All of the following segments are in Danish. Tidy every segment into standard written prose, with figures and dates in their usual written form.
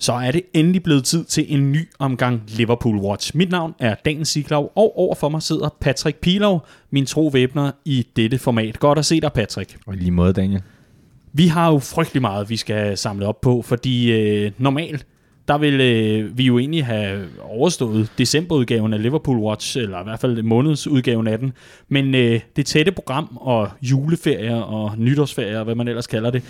Så er det endelig blevet tid til en ny omgang Liverpool Watch. Mit navn er Daniel Siglau, og overfor mig sidder Patrick Pilov, min tro væbner i dette format. Godt at se dig, Patrick. Og lige måde, Daniel. Vi har jo frygtelig meget, vi skal samle op på, fordi normalt, der vil vi jo egentlig have overstået decemberudgaven af Liverpool Watch, eller i hvert fald månedsudgaven af den. Men det tætte program og juleferier og nytårsferier, hvad man ellers kalder det,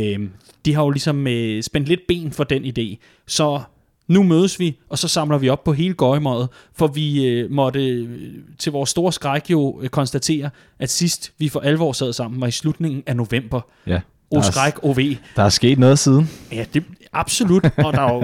de har jo ligesom spændt lidt ben for den idé. Så nu mødes vi, og så samler vi op på hele gøjemåret, for vi måtte til vores store skræk jo konstatere, at sidst vi for alvor sad sammen, var i slutningen af november. Ja. Skræk, OV. Der er sket noget siden. Ja, det absolut. Og der er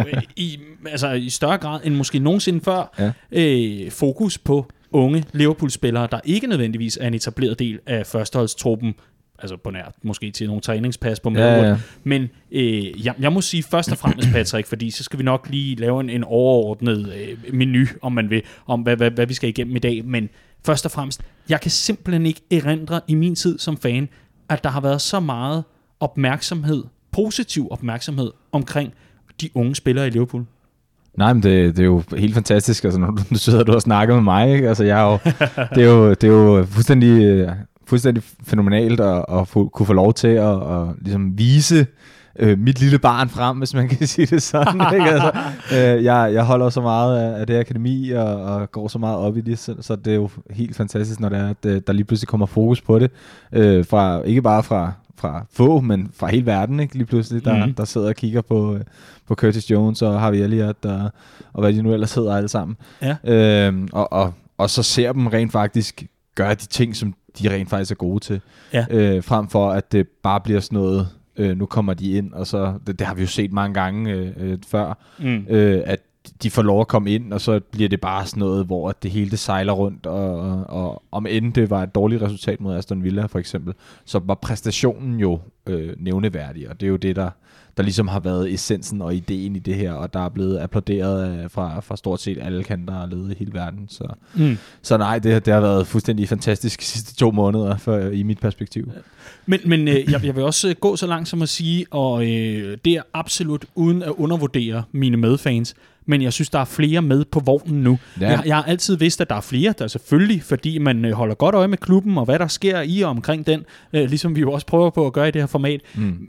jo i større grad end måske nogensinde før fokus på unge Liverpool-spillere, der ikke nødvendigvis er en etableret del af førsteholdstruppen, altså på nær måske til nogle træningspas på Melwood. Ja. Men jeg må sige først og fremmest, Patrick, fordi så skal vi nok lige lave en overordnet menu, om man vil, om hvad vi skal igennem i dag. Men først og fremmest, jeg kan simpelthen ikke erindre i min tid som fan, at der har været så meget opmærksomhed, positiv opmærksomhed omkring de unge spillere i Liverpool. Nej, men det er jo helt fantastisk, altså når du sidder og snakker med mig, ikke? Altså jeg er jo, det er jo fuldstændig fænomenalt at kunne få lov til at ligesom vise mit lille barn frem, hvis man kan sige det sådan. Ikke? Altså, jeg holder så meget af det akademi og går så meget op i det, så det er jo helt fantastisk, når det er, at der lige pludselig kommer fokus på det, ikke bare fra få, men fra hele verden, ikke? Lige pludselig, der sidder og kigger på Curtis Jones og Harvey Elliott og hvad de nu ellers hedder alle sammen. Ja. Og så ser dem rent faktisk gøre de ting, som de rent faktisk er gode til. Ja. Frem for, at det bare bliver sådan noget, nu kommer de ind, og så, det har vi jo set mange gange før, at de får lov at komme ind, og så bliver det bare sådan noget, hvor det hele det sejler rundt, og om end det var et dårligt resultat mod Aston Villa for eksempel, så var præstationen jo nævneværdig, og det er jo det, der ligesom har været essensen og ideen i det her, og der er blevet applauderet fra stort set alle kanter og ledet i hele verden. Så nej, det har været fuldstændig fantastisk de sidste 2 måneder i mit perspektiv. Men jeg vil også gå så langt som at sige, og det er absolut uden at undervurdere mine medfans, men jeg synes, der er flere med på vognen nu. Ja. Jeg har altid vidst, at der er flere, der selvfølgelig, fordi man holder godt øje med klubben, og hvad der sker i og omkring den, ligesom vi jo også prøver på at gøre i det her format,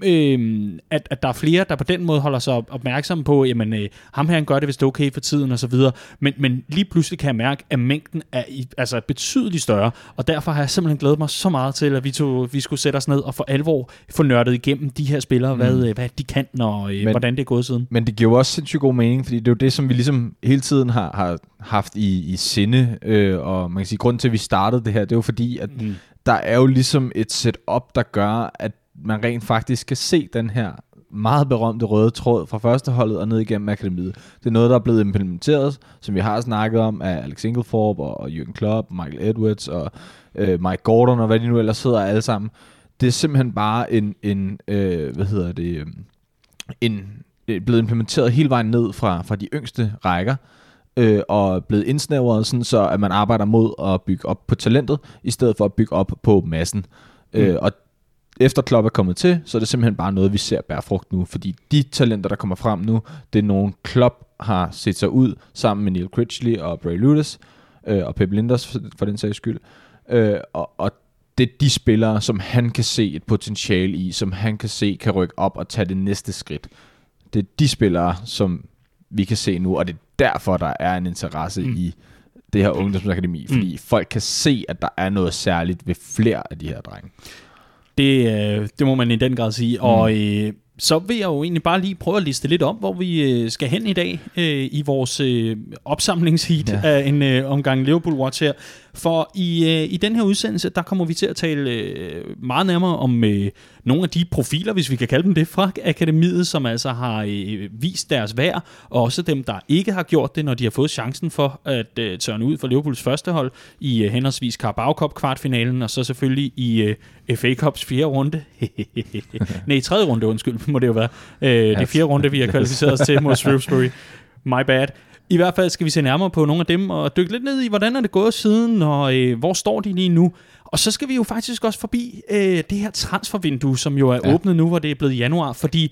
at der er flere, der på den måde holder sig opmærksomme på, jamen, ham her, han gør det vist okay for tiden, og så videre. Men lige pludselig kan jeg mærke, at mængden er betydeligt større, og derfor har jeg simpelthen glædet mig så meget til, at vi skulle sætte os ned og for alvor få nørdet igennem de her spillere, hvad de kan, og hvordan det er gået siden. Men det giver jo også sindssygt god mening, fordi det er jo det, som vi ligesom hele tiden har haft i sinde, og man kan sige, grunden til, at vi startede det her, det er jo fordi, at der er jo ligesom et setup, der gør, at man rent faktisk kan se den her meget berømte røde tråd fra førsteholdet og ned igennem akademiet. Det er noget, der er blevet implementeret, som vi har snakket om, af Alex Inglethorpe og Jürgen Klopp, Michael Edwards og Mike Gordon og hvad de nu ellers hedder alle sammen. Det er simpelthen bare blevet implementeret hele vejen ned fra de yngste rækker, og blevet indsnævret sådan, så at man arbejder mod at bygge op på talentet, i stedet for at bygge op på massen. Og efter Klopp er kommet til, så er det simpelthen bare noget, vi ser bære frugt nu, fordi de talenter, der kommer frem nu, det er nogle Klopp har set sig ud sammen med Neil Critchley og Bray Lewis, og Pep Linders for den sags skyld, og det er de spillere, som han kan se et potentiale i, som han kan se kan rykke op og tage det næste skridt. Det er de spillere, som vi kan se nu, og det er derfor, der er en interesse i det her ungdomsakademi, fordi folk kan se, at der er noget særligt ved flere af de her drenge. Det må man i den grad sige, og så vil jeg jo egentlig bare lige prøve at liste lidt om, hvor vi skal hen i dag i vores opsamlingsheat af en omgang Liverpool Watch her. For i den her udsendelse, der kommer vi til at tale meget nærmere om nogle af de profiler, hvis vi kan kalde dem det, fra akademiet, som altså har vist deres værd, og også dem, der ikke har gjort det, når de har fået chancen for at tørne ud for Liverpools første hold i henholdsvis Carabao Cup kvartfinalen, og så selvfølgelig i FA Cups 4. runde. Nej, 3. runde, undskyld, må det jo være. Det er 4. runde, vi har kvalificeret os til mod Shrewsbury. My bad. I hvert fald skal vi se nærmere på nogle af dem og dykke lidt ned i, hvordan er det gået siden, og hvor står de lige nu. Og så skal vi jo faktisk også forbi det her transfervindue, som jo er åbnet nu, hvor det er blevet januar, fordi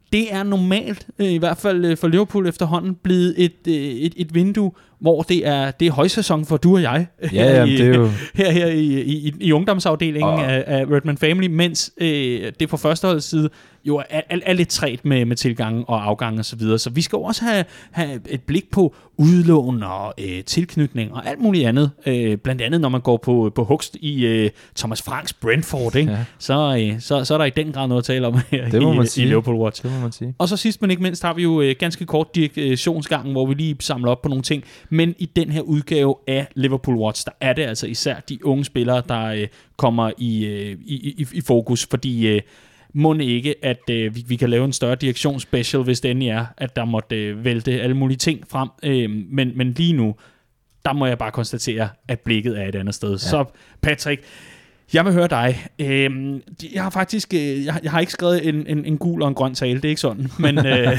det er normalt, i hvert fald for Liverpool efterhånden, blevet et vindue, hvor det er højsæson for du og jeg, det er jo... her i ungdomsafdelingen af Redman Family, mens det på førsteholdets side jo er lidt træt med tilgangen og afgangen og så videre. Så vi skal også have et blik på udlån og tilknytning og alt muligt andet. Blandt andet, når man går på hugst i Thomas Franks Brentford, ikke? Ja. Så er der i den grad noget at tale om her i Liverpool Watch. Det må man sige. Og så sidst men ikke mindst har vi jo ganske kort direktionsgangen, hvor vi lige samler op på nogle ting. Men i den her udgave af Liverpool Watch, der er det altså især de unge spillere, der kommer i fokus, fordi må ikke, at vi kan lave en større direktionsspecial, hvis det endelig er, at der måtte vælte alle mulige ting frem. Men lige nu, der må jeg bare konstatere, at blikket er et andet sted. Ja. Så Patrick, jeg vil høre dig. Jeg har faktisk jeg har ikke skrevet en gul og en grøn tale, det er ikke sådan. Men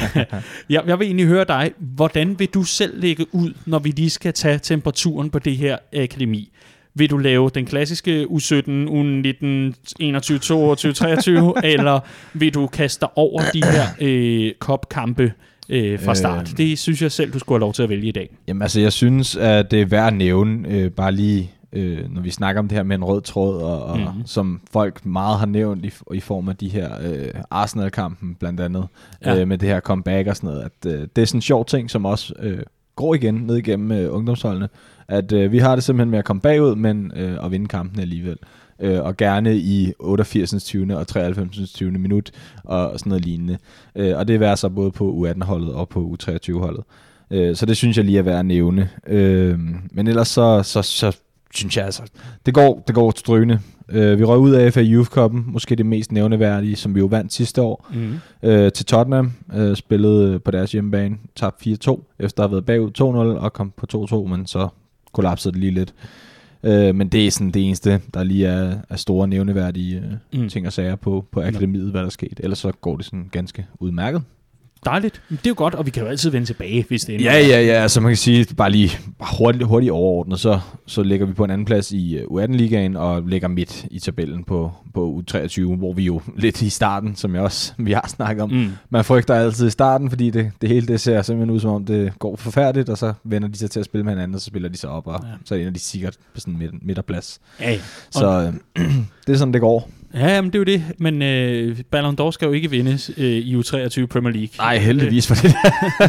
jeg vil egentlig høre dig. Hvordan vil du selv lægge ud, når vi lige skal tage temperaturen på det her akademi? Vil du lave den klassiske U17, U19, 21, 22, 23, eller vil du kaste dig over de her cup-kampe fra start? Det synes jeg selv, du skulle have lov til at vælge i dag. Jamen altså, jeg synes, at det er værd at nævne, bare lige, når vi snakker om det her med en rød tråd, og som folk meget har nævnt i form af de her Arsenal-kampen, blandt andet, med det her comeback og sådan noget, at det er sådan en sjov ting, som også går igen ned igennem ungdomsholdene, at vi har det simpelthen med at komme bagud, men at vinde kampen alligevel. Og gerne i 88. 20. og 93. 20. minut, og sådan noget lignende. Og det er så både på U18-holdet og på U23-holdet. Så det synes jeg lige er værd at nævne. Men ellers så synes jeg altså, det går strygende. Vi røg ud af FA Youth Cup'en, måske det mest nævneværdige, som vi jo vandt sidste år, til Tottenham, spillede på deres hjemmebane, tabte 4-2, efter at have været bagud 2-0, og kom på 2-2, men så kollapsede det lige lidt. Men det er sådan det eneste, der lige er store nævneværdige ting og sager på akademiet, hvad der er sket. Ellers så går det sådan ganske udmærket. Dejligt. Det er jo godt, og vi kan jo altid vende tilbage, hvis det er noget. Ja, så man kan sige, bare lige hurtigt overordnet, så ligger vi på en anden plads i U18-ligaen, og ligger midt i tabellen på U23, hvor vi jo lidt i starten, som vi har snakket om. Man frygter altid i starten, fordi det hele det ser simpelthen ud, som om det går forfærdeligt, og så vender de sig til at spille med hinanden, og så spiller de sig op, og så ender de sikkert på sådan en midterplads. Ja. Så det er sådan, det går. Ja, men det er jo det. Men Ballon d'Or skal jo ikke vindes i U23 Premier League. Nej, heldigvis for det.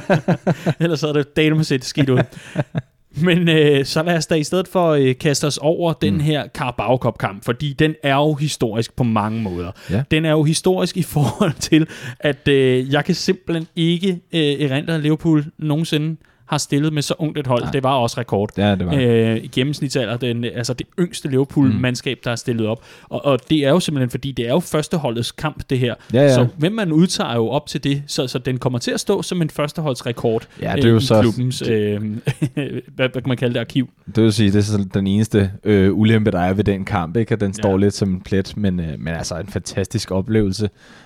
Ellers er det datum at sætte skidt ud. Men så lad os da i stedet for kaste os over den her Carabao Cup-kamp, fordi den er jo historisk på mange måder. Ja. Den er jo historisk i forhold til, at jeg kan simpelthen ikke erindre, at Liverpool nogensinde har stillet med så ungt et hold. Nej. Det var også rekord. Ja, det var. I gennemsnitsalder, altså det yngste Liverpool-mandskab, der er stillet op. Og det er jo simpelthen, fordi det er jo førsteholdets kamp, det her. Ja. Så hvem man udtager jo op til det, så den kommer til at stå som en førsteholdsrekord det er jo i klubbens, hvad kan man kalde det, arkiv. Det vil sige, det er så den eneste ulempe, der er ved den kamp, ikke? At den står lidt som en plet, men altså en fantastisk oplevelse.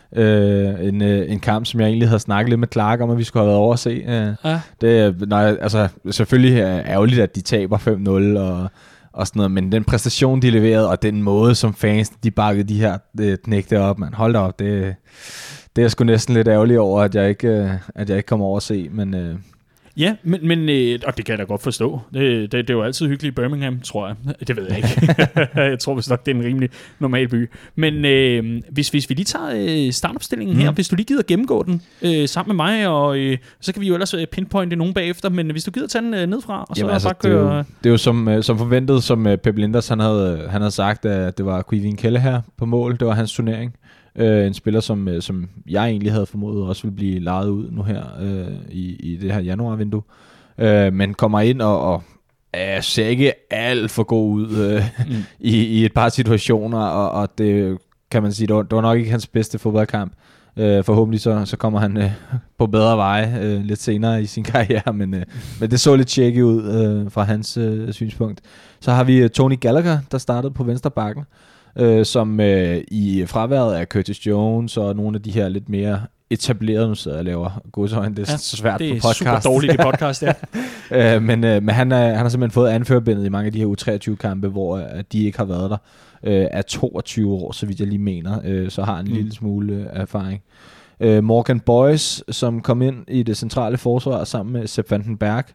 En kamp, som jeg egentlig havde snakket lidt med Clark om, at vi skulle have været over at se. Altså, selvfølgelig er ærgerligt, at de taber 5-0 og sådan noget, men den præstation, de leverede, og den måde, som fans, de bakkede de her knægte op, man, hold da op, det er sgu næsten lidt ærgerligt over, at jeg ikke kommer over at se, men... Ja, men og det kan jeg da godt forstå. Det er jo altid hyggeligt i Birmingham, tror jeg. Det ved jeg ikke. Jeg tror vist nok, det er en rimelig normal by. Men hvis vi lige tager startopstillingen her, hvis du lige gider gennemgå den sammen med mig, og så kan vi jo ellers pinpointe nogen bagefter, men hvis du gider tage den nedfra, og så bare køre... Det er jo som forventet, som Pep Linders han havde sagt, at det var Kevin Keller her på mål. Det var hans turnering. En spiller, som jeg egentlig havde formodet også ville blive lejet ud nu her i det her januarvindue. Men kommer ind og ser ikke alt for god ud i et par situationer, og det kan man sige, det var nok ikke hans bedste fodboldkamp. Forhåbentlig så kommer han på bedre veje lidt senere i sin karriere, men det så lidt tjekket ud fra hans synspunkt. Så har vi Tony Gallagher, der startede på venstre bakken. Som i fraværet af Curtis Jones og nogle af de her lidt mere etablerede, nu sidder jeg og laver godsøjne, det er så svært på podcast. Det er super dårligt i podcast, ja. Men han har simpelthen fået anførbindet i mange af de her U23-kampe, hvor de ikke har været der, er 22 år, så vidt jeg lige mener, så har en lille smule erfaring. Morgan Boyce, som kom ind i det centrale forsvar sammen med Sepp van den Berg.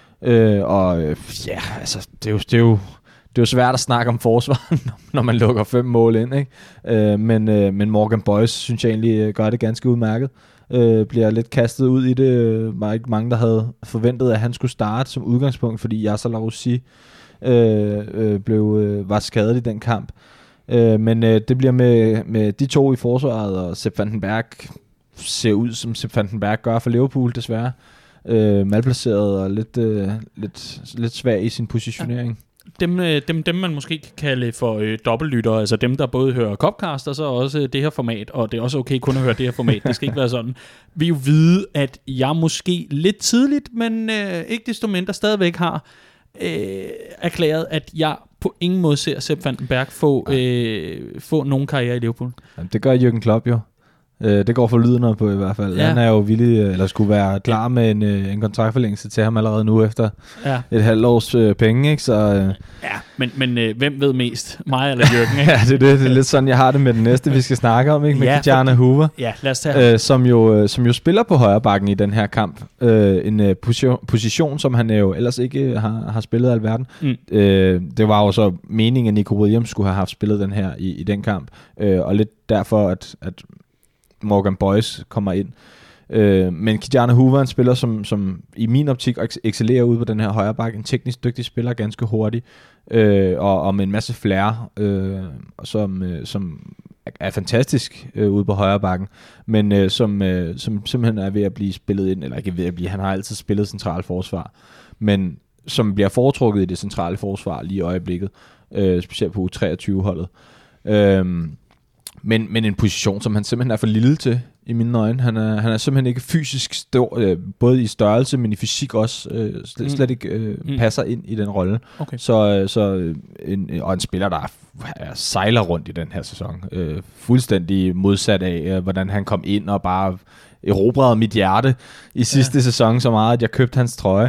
Det er jo svært at snakke om forsvar, når man lukker 5 mål ind, ikke? Men Morgan Boyce synes jeg egentlig gør det ganske udmærket. Bliver lidt kastet ud i det. Var ikke mange, der havde forventet, at han skulle starte som udgangspunkt, fordi Yasser Laroussi var skadet i den kamp. Men det bliver med de to i forsvaret, og Sepp van den Berg ser ud, som Sepp van den Berg gør for Liverpool, desværre. Malplaceret og lidt svag i sin positionering. Dem man måske kan kalde for dobbeltlyttere, altså dem, der både hører Copcast og så også det her format, og det er også okay kun at høre det her format, det skal ikke være sådan. Vi jo vide, at jeg måske lidt tidligt, men ikke desto mindre stadigvæk har erklæret, at jeg på ingen måde ser Sepp van den Berg få nogen karriere i Liverpool. Jamen, det gør Jürgen Klopp jo. Det går for lydende på i hvert fald. Ja. Han er jo villig, eller skulle være klar med en kontraktforlængelse til ham allerede nu efter et halvt års penge, ikke? Så, Ja, men hvem ved mest? Mig eller Jürgen, ikke? Ja, det er lidt sådan, jeg har det med den næste, vi skal snakke om, ikke? Med Ki-Jana Hoever. Ja, lad os tage som jo spiller på højre bakken i den her kamp. En position, som han jo ellers ikke har spillet alverden. Det var jo så meningen, at Nico Williams skulle have haft spillet den her i den kamp. Og lidt derfor, at Morgan Boyce kommer ind. Men Ki-Jana Hoever er en spiller, som i min optik excellerer ude på den her højre bakke. En teknisk dygtig spiller, ganske hurtig, og med en masse flair, som er fantastisk ude på højre bakken, men som simpelthen er ved at blive spillet ind, eller ikke ved at blive, han har altid spillet centralt forsvar, men som bliver foretrukket i det centrale forsvar lige i øjeblikket, specielt på U23-holdet. Men en position, som han simpelthen er for lille til, i mine øjne. Han er simpelthen ikke fysisk stor, både i størrelse, men i fysik også, slet ikke passer ind i den rolle. Okay. Så en spiller, der sejler rundt i den her sæson. Fuldstændig modsat af, hvordan han kom ind og bare erobrede mit hjerte i sidste sæson så meget, at jeg købte hans trøje.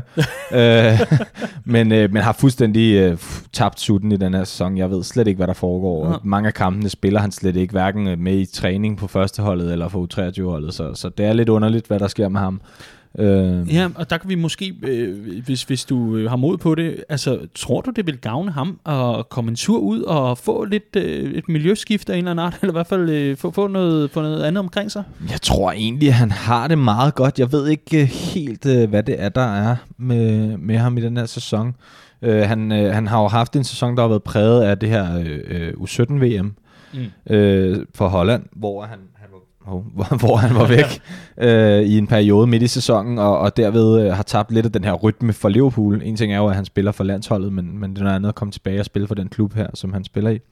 men har fuldstændig tabt sutten i den her sæson. Jeg ved slet ikke, hvad der foregår. Ja. Mange af kampene spiller han slet ikke, hverken med i træning på førsteholdet eller på U23-holdet. Så det er lidt underligt, hvad der sker med ham. Ja, og der kan vi måske, hvis du har mod på det, altså tror du, det vil gavne ham at komme en tur ud og få lidt et miljøskift af en eller anden art, eller i hvert fald få noget andet omkring sig? Jeg tror egentlig, at han har det meget godt. Jeg ved ikke helt, hvad det er, der er med ham i den her sæson. Han har jo haft en sæson, der har været præget af det her U17-VM for Holland, hvor han var væk i en periode midt i sæsonen, og derved har tabt lidt af den her rytme for Liverpool. En ting er jo, at han spiller for landsholdet, men det er noget andet at komme tilbage og spille for den klub her, som han spiller i.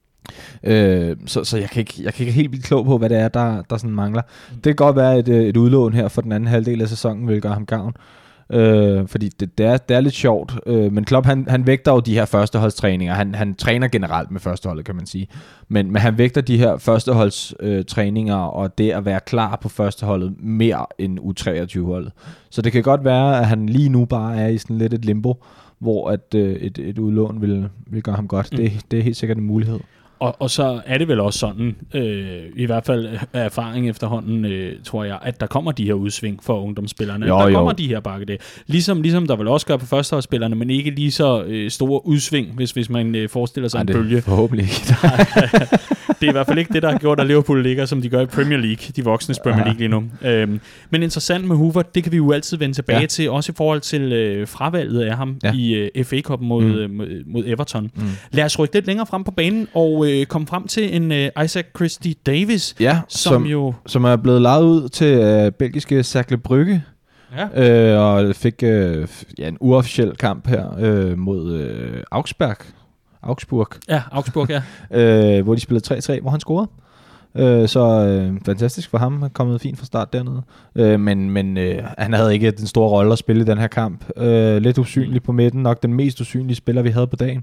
Så jeg kan ikke helt blive klog på, hvad det er, der sådan mangler. Det kan godt være et udlån her for den anden halvdel af sæsonen, vil gøre ham gavn. Fordi det er lidt sjovt, men Klopp han vægter jo de her førsteholdstræninger. Han træner generelt med førsteholdet, kan man sige, men han vægter de her førsteholdstræninger og det at være klar på førsteholdet mere end U23-holdet. Så det kan godt være, at han lige nu bare er i sådan lidt et limbo, hvor et udlån vil gøre ham godt. Det er helt sikkert en mulighed. Og så er det vel også sådan, i hvert fald af erfaring efterhånden, tror jeg, at der kommer de her udsving for ungdomsspillerne. Der kommer de her bakke det. Ligesom der vil også gøre på førsteholdsspillerne, men ikke lige så store udsving, hvis man forestiller sig en bølge. Forhåbentlig ikke. Det er i hvert fald ikke det, der har gjort, at Liverpool ligger, som de gør i Premier League, de voksne Premier League lige nu. Men interessant med Hoever, det kan vi jo altid vende tilbage til, også i forhold til fravalget af ham i FA Cup mod Everton. Lad os rykke lidt længere frem på banen, og komme frem til en Isaac Christie Davis, som er blevet lejet ud til belgiske Cercle Brugge, og fik en uofficiel kamp her mod Augsburg. Ja, Augsburg, hvor de spillede 3-3, hvor han scorede. Så fantastisk for ham. Han er kommet fint fra start dernede. Men han havde ikke den store rolle at spille i den her kamp. Lidt usynlig på midten. Nok den mest usynlige spiller, vi havde på dagen.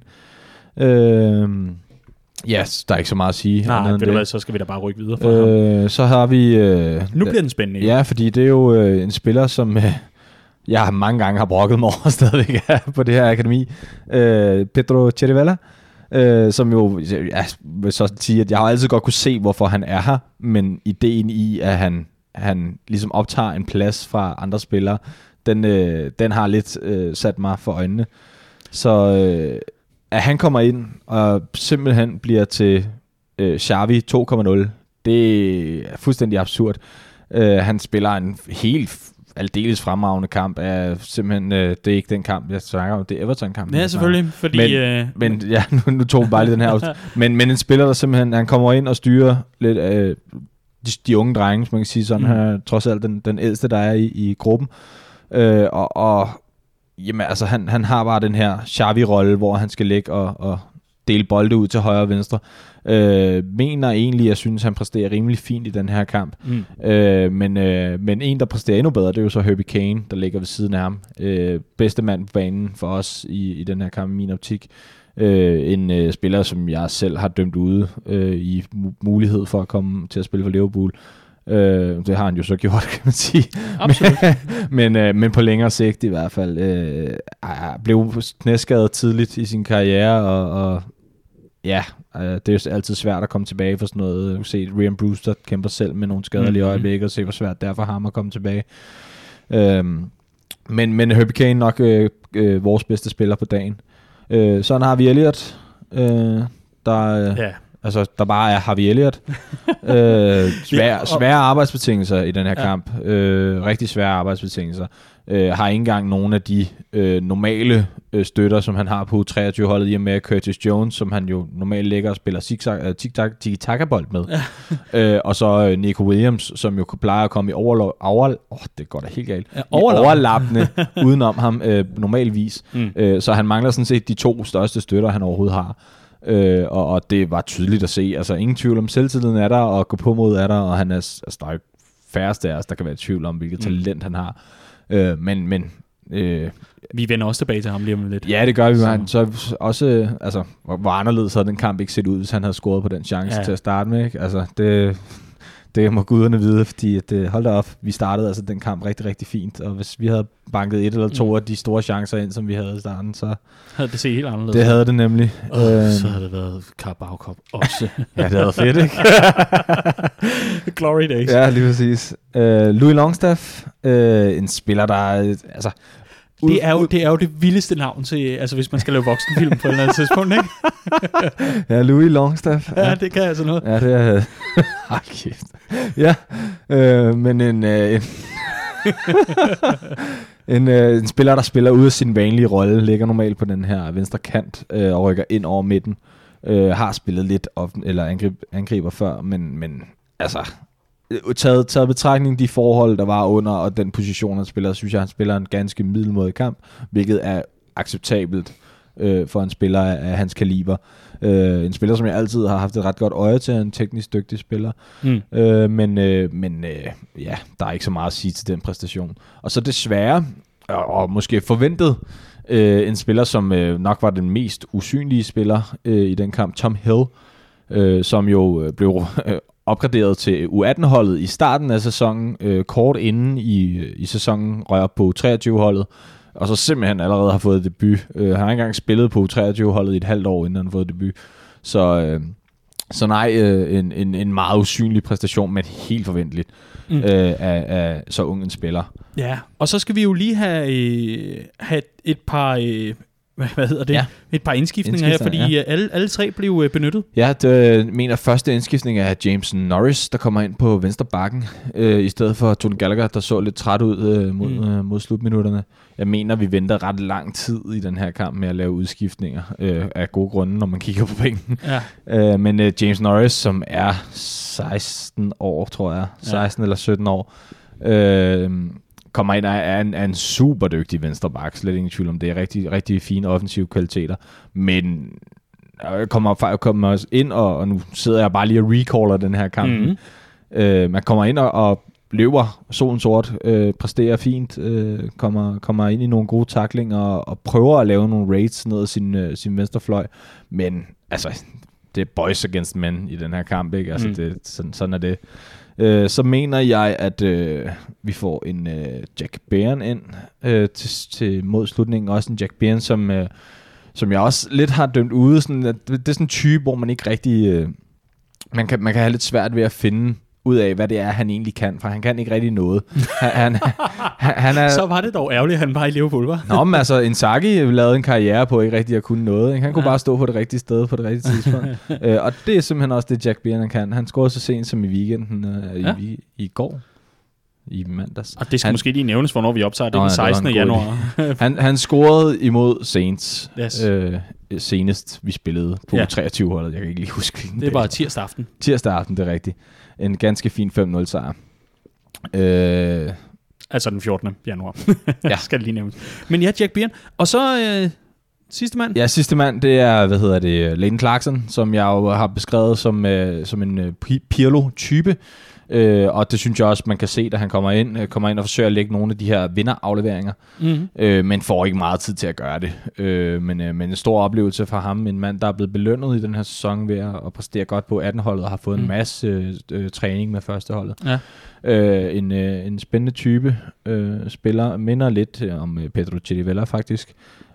Ja, der er ikke så meget at sige. Nej, ved du hvad, så skal vi da bare rykke videre fra ham. Så har vi... nu bliver den spændende. Ja, fordi det er jo en spiller, som jeg mange gange har brokket mig over stadigvæk på det her akademi. Pedro Chirivella, som jo... Jeg vil så sige, at jeg har altid godt kunne se, hvorfor han er her, men ideen i, at han han ligesom optager en plads fra andre spillere, den har lidt sat mig for øjnene. Så at han kommer ind og simpelthen bliver til Xavi 2.0, det er fuldstændig absurd. Han spiller en helt aldeles fremragende kamp. Simpelthen, det er ikke den kamp, jeg snakker om, det er Everton-kampen. Ja, selvfølgelig. Fordi, men ja, nu tog vi bare lige den her men en spiller, der simpelthen, han kommer ind og styrer lidt de unge drenge, som man kan sige sådan, han er trods alt den ældste, der er i gruppen. Og jamen, altså, han har bare den her Xavi-rolle, hvor han skal ligge og dele bolde ud til højre og venstre. Mener egentlig, jeg synes, han præsterer rimelig fint i den her kamp. Men en, der præsterer endnu bedre, det er jo så Herbie Kane, der ligger ved siden af ham. Bedste mand på banen for os i den her kamp, i min optik. En spiller, som jeg selv har dømt ude i mulighed for at komme til at spille for Liverpool. Det har han jo så gjort, kan man sige. Absolut. men på længere sigt i hvert fald. Blev knæskadet tidligt i sin karriere, og ja, det er jo altid svært at komme tilbage for sådan noget. Du kan se, Ryan Brewster kæmper selv med nogle skader lige i øjeblikket, og se, hvor svært det er for ham at komme tilbage. Men Herbie Kane nok vores bedste spiller på dagen. Sådan har vi Elliot, der bare er Harvey Elliott. Svære arbejdsbetingelser i den her kamp. Rigtig svære arbejdsbetingelser. Har ikke engang nogen af de normale støtter, som han har på U23-holdet, i og med Curtis Jones, som han jo normalt ligger og spiller tiki-taka-bold med. Og så Nico Williams, som jo plejer at komme i det går da helt galt. Overlappende udenom ham normalvis. Så han mangler sådan set de 2 største støtter, han overhovedet har. Og det var tydeligt at se. Altså ingen tvivl om selvtilliden er der, og gå på mod er der, og han er, altså, der er færreste af os, der kan være i tvivl om, hvilket talent han har. Men vi vender også tilbage til ham lige om lidt. Ja, det gør vi. Så også, altså, hvor anderledes havde den kamp ikke set ud, hvis han havde scoret på den chance til at starte med, ikke? Altså, det må guderne vide, fordi hold da op, vi startede altså den kamp rigtig, rigtig fint, og hvis vi havde banket 1 eller 2 af de store chancer ind, som vi havde i starten, så havde det set helt anderledes. Det havde det nemlig. Så havde det været Carabao Cup også. Ja, det havde været fedt, ikke? Glory days. Ja, lige præcis. Louis Longstaff, en spiller, der altså... Det er jo det vildeste navn til, altså hvis man skal lave voksenfilm på et eller andet tidspunkt, ikke? Ja, Louis Longstaff. Ja, det kan altså noget. Ja, det er... kæft. Ja, men en spiller, der spiller ud af sin vanlige rolle, ligger normalt på den her venstre kant og rykker ind over midten. Har spillet lidt eller angriber før, men altså... Taget betragtning de forhold, der var under, og den position, han spiller, synes jeg, han spiller en ganske middelmådig kamp, hvilket er acceptabelt for en spiller af hans kaliber. En spiller, som jeg altid har haft et ret godt øje til, en teknisk dygtig spiller. Men ja, der er ikke så meget at sige til den præstation. Og så desværre, og måske forventet, en spiller, som nok var den mest usynlige spiller i den kamp, Tom Hill, som jo blev... opgraderet til U18-holdet i starten af sæsonen, kort inden i sæsonen røg op på U23-holdet, og så simpelthen allerede har fået debut. Han har ikke engang spillet på U23-holdet i et halvt år, inden han har fået debut. Så nej, en meget usynlig præstation, men helt forventeligt af så ung en spiller. Ja, og så skal vi jo lige have et par... Hvad hedder det? Ja. Et par indskiftninger her, fordi alle 3 blev benyttet. Ja, det mener første indskiftning er James Norris, der kommer ind på venstre bakken, i stedet for Tony Gallagher, der så lidt træt ud mod slutminutterne. Jeg mener, vi venter ret lang tid i den her kamp med at lave udskiftninger, af gode grunde, når man kigger på bænken. Ja. Men James Norris, som er 16 år, tror jeg, 16 eller 17 år, kommer ind og er en super dygtig venstreback, slet ingen tvivl om det. Er rigtig, rigtig fine offensive kvaliteter. Men jeg kommer også ind, og nu sidder jeg bare lige og recaller den her kamp. Man kommer ind og løber solen sort, præsterer fint, kommer ind i nogle gode tacklinger og prøver at lave nogle raids ned ad sin venstrefløj. Men altså, det er boys against men i den her kamp, ikke? Altså, sådan er det. Så mener jeg, at vi får en Jack Beirne ind til mod slutningen. Også en Jack Beirne, som jeg også lidt har dømt ude. Sådan, at det er sådan en type, hvor man ikke rigtig... Man kan have lidt svært ved at finde ud af, hvad det er, han egentlig kan, for han kan ikke rigtig noget. Han er... Så var det dog ærgerligt, at han var i Liverpool, var? Nå, men altså, Inzaghi lavede en karriere på ikke rigtig at kunne noget. Ikke? Han kunne bare stå på det rigtige sted på det rigtige tidspunkt. Og det er simpelthen også det, Jack Biernan kan. Han scorede så sent som i weekenden i går. I mandags. Og det skal måske lige nævnes, hvornår vi optager det den 16. januar. han scorede imod Saints senest, vi spillede på 23-holdet. Jeg kan ikke lige huske, hvilken det var tirsdag aften. Tirsdag aften, det er rigtigt. En ganske fin 5-0 sejr. Altså den 14. januar. Skal det lige nævnes. Men ja, Jack Biernan. Og så sidste mand? Ja, sidste mand, det er, Leighton Clarkson, som jeg jo har beskrevet som en Pirlo-type. Og det synes jeg også, man kan se, da han kommer ind og forsøger at lægge nogle af de her vinderafleveringer, men får ikke meget tid til at gøre det. Men en stor oplevelse for ham, en mand, der er blevet belønnet i den her sæson ved at præstere godt på 18-holdet og har fået en masse træning med førsteholdet. Ja. En spændende type spiller, minder lidt om Pedro Chirivella faktisk,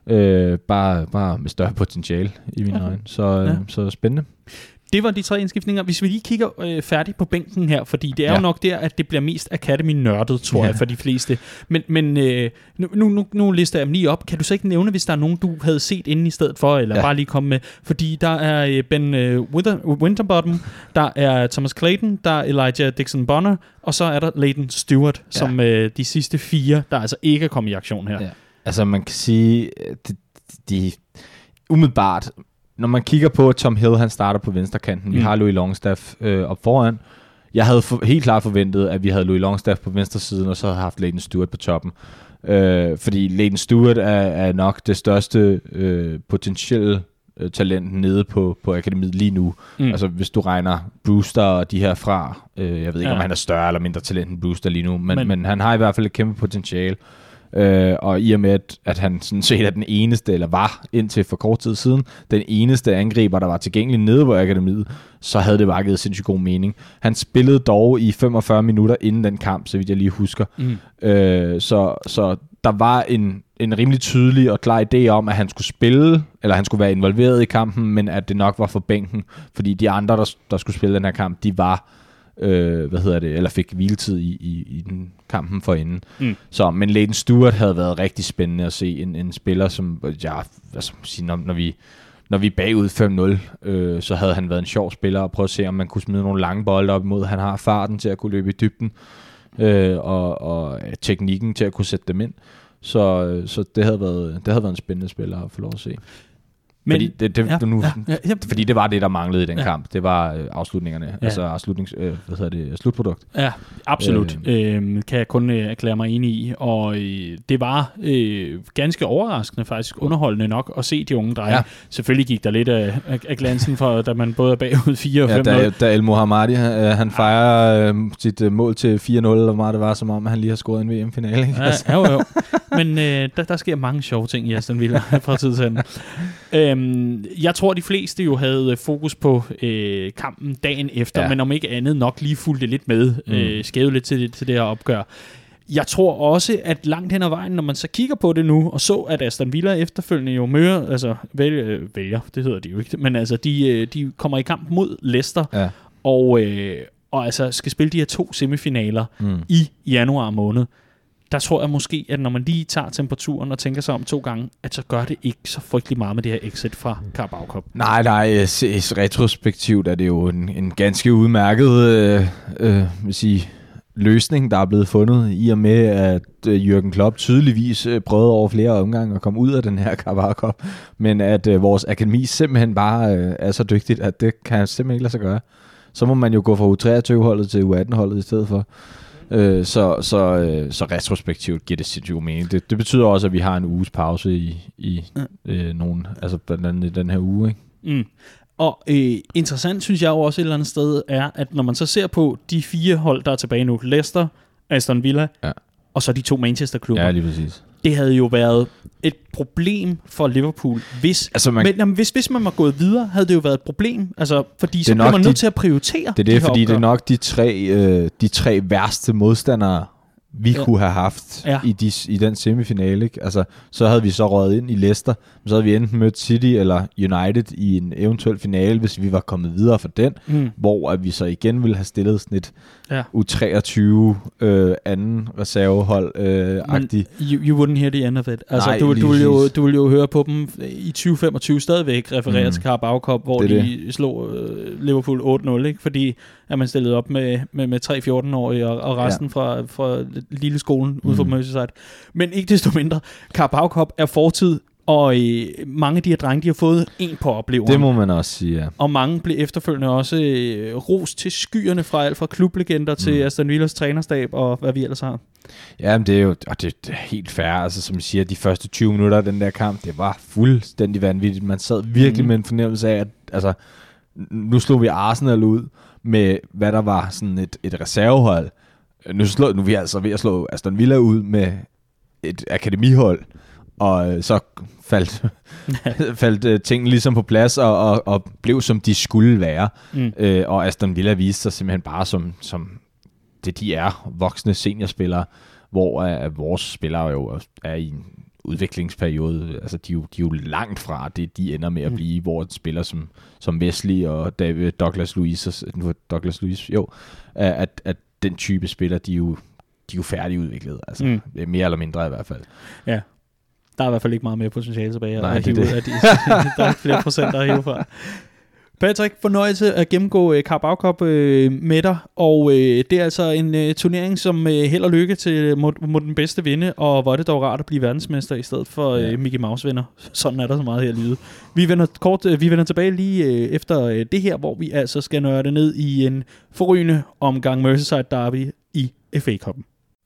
bare med større potentiale i mine øjne. Så spændende. Det var de 3 indskiftninger. Hvis vi lige kigger færdigt på bænken her, fordi det er jo nok der, at det bliver mest Academy-nørdet, tror jeg, for de fleste. Men nu lister jeg dem lige op. Kan du så ikke nævne, hvis der er nogen, du havde set inden i stedet for, eller bare lige komme med? Fordi der er Ben Winterbottom, der er Thomas Clayton, der er Elijah Dixon-Bonner, og så er der Leighton Stewart, som de sidste 4, der altså ikke er kommet i aktion her. Ja. Altså man kan sige, de umiddelbart... Når man kigger på, at Tom Hill han starter på venstrekanten, vi har Louis Longstaff op foran. Jeg havde helt klart forventet, at vi havde Louis Longstaff på venstre siden, og så havde haft Leighton Stewart på toppen. Fordi Leighton Stewart er nok det største potentielle talent nede på akademiet lige nu. Altså hvis du regner Brewster og de her fra, jeg ved ikke om han er større eller mindre talent end Brewster lige nu, men han har i hvert fald et kæmpe potentiale. Og i og med, at han sådan set er den eneste, eller var indtil for kort tid siden, den eneste angriber, der var tilgængelig nede på akademiet, så havde det bare givet sindssygt god mening. Han spillede dog i 45 minutter inden den kamp, så vidt jeg lige husker. Så der var en rimelig tydelig og klar idé om, at han skulle spille, eller han skulle være involveret i kampen, men at det nok var for bænken, fordi de andre, der skulle spille den her kamp, de var eller fik hviletid i den kampen forinden. Men Leighton Stewart havde været rigtig spændende at se en spiller, som når vi er bagud 5-0, så havde han været en sjov spiller og prøve at se, om man kunne smide nogle lange bolde op imod. Han har farten til at kunne løbe i dybden, og teknikken til at kunne sætte dem ind. Så det havde været en spændende spiller at få lov at se. Men, fordi det var det, der manglede i den kamp. Det var afslutningerne, altså slutprodukt. Ja, absolut. Kan jeg kun erklære mig enig i. Og det var ganske overraskende, faktisk underholdende nok at se de unge drenge. Ja. Selvfølgelig gik der lidt af glansen, for da man både er bagud 4 og 5-0. Da El Mohammadi, han fejrer sit mål til 4-0, eller meget det var, som om han lige har scoret en VM-finale. Ikke? Jo. Men der sker mange sjove ting i Aston Villa fra tid til anden. Jeg tror, de fleste jo havde fokus på kampen dagen efter, men om ikke andet nok lige fulgte lidt med, skævede lidt til det her opgør. Jeg tror også, at langt hen ad vejen, når man så kigger på det nu, og så at Aston Villa efterfølgende jo vælger, det hedder de jo ikke, men altså de kommer i kamp mod Leicester, og altså skal spille de her 2 semifinaler i januar måned. Der tror jeg måske, at når man lige tager temperaturen og tænker sig om 2 gange, at så gør det ikke så frygtelig meget med det her exit fra Carabao Cup. Nej, retrospektivt er det jo en ganske udmærket løsning, der er blevet fundet, i og med, at Jürgen Klopp tydeligvis prøvede over flere omgange at komme ud af den her Carabao Cup, men at vores akademi simpelthen bare er så dygtigt, at det kan simpelthen ikke lade sig gøre. Så må man jo gå fra U23-holdet til U18-holdet i stedet for. Så retrospektivt giver det sindssygt god mening. Det betyder også, at vi har en uges pause i nogen, altså blandt andet den her uge, ikke? Og interessant synes jeg jo også et eller andet sted er, at når man så ser på de 4 hold, der er tilbage nu, Leicester, Aston Villa, og så de 2 Manchester-klubber. Ja, lige præcis. Det havde jo været et problem for Liverpool, hvis man var gået videre, havde det jo været et problem, altså fordi så bliver man nødt til at prioritere. Det er det, fordi det er nok de tre værste modstandere vi kunne have haft i den semifinale. Ikke? Altså, så havde vi så røget ind i Leicester, så havde vi enten mødt City eller United i en eventuel finale, hvis vi var kommet videre for den, hvor at vi så igen ville have stillet sådan et U23 anden reservehold-agtigt. You wouldn't hear the end of it. Altså, Nej, du vil jo høre på dem i 2025 stadigvæk referere til Carabao Cup, hvor de slog Liverpool 8-0, ikke? Fordi at man stillede op med 3-14-årige og resten fra lille skolen ude for Merseyside. Men ikke desto mindre, Carabao Cup er fortid, og mange af de her drenge, de har fået en på opleveren. Det må man også sige, ja. Og mange blev efterfølgende også ros til skyerne fra alt fra klublegender til Aston Villas trænerstab og hvad vi ellers har. Ja, men det er jo det er helt fair. Altså, som jeg siger, de første 20 minutter af den der kamp, det var fuldstændig vanvittigt. Man sad virkelig med en fornemmelse af, at altså, nu slog vi Arsenal ud med, hvad der var sådan et reservehold. Nu er vi altså ved at slå Aston Villa ud med et akademihold, og så faldt tingene ligesom på plads, og blev som de skulle være. Og Aston Villa viste sig simpelthen bare som det de er, voksne seniorspillere, hvor vores spillere jo er i en udviklingsperiode. Altså de er jo langt fra det, de ender med at blive, hvor et spiller som Wesley og Douglas Luiz, at den type spiller, de er jo færdigudviklet. Altså mere eller mindre i hvert fald. Ja. Der er i hvert fald ikke meget mere potentiale tilbage. Nej, der er ikke flere procenter at hive fra. Patrick, fornøjelse at gennemgå Carabao Cup med dig, og det er altså en turnering, som held og lykke til mod den bedste vinde, og hvor er det dog rart at blive verdensmester i stedet for Mickey Mouse-vinder. Sådan er der så meget her i livet. Vi vender tilbage lige efter det her, hvor vi altså skal nørde ned i en forrygende omgang Merseyside Derby i FA Cup'en.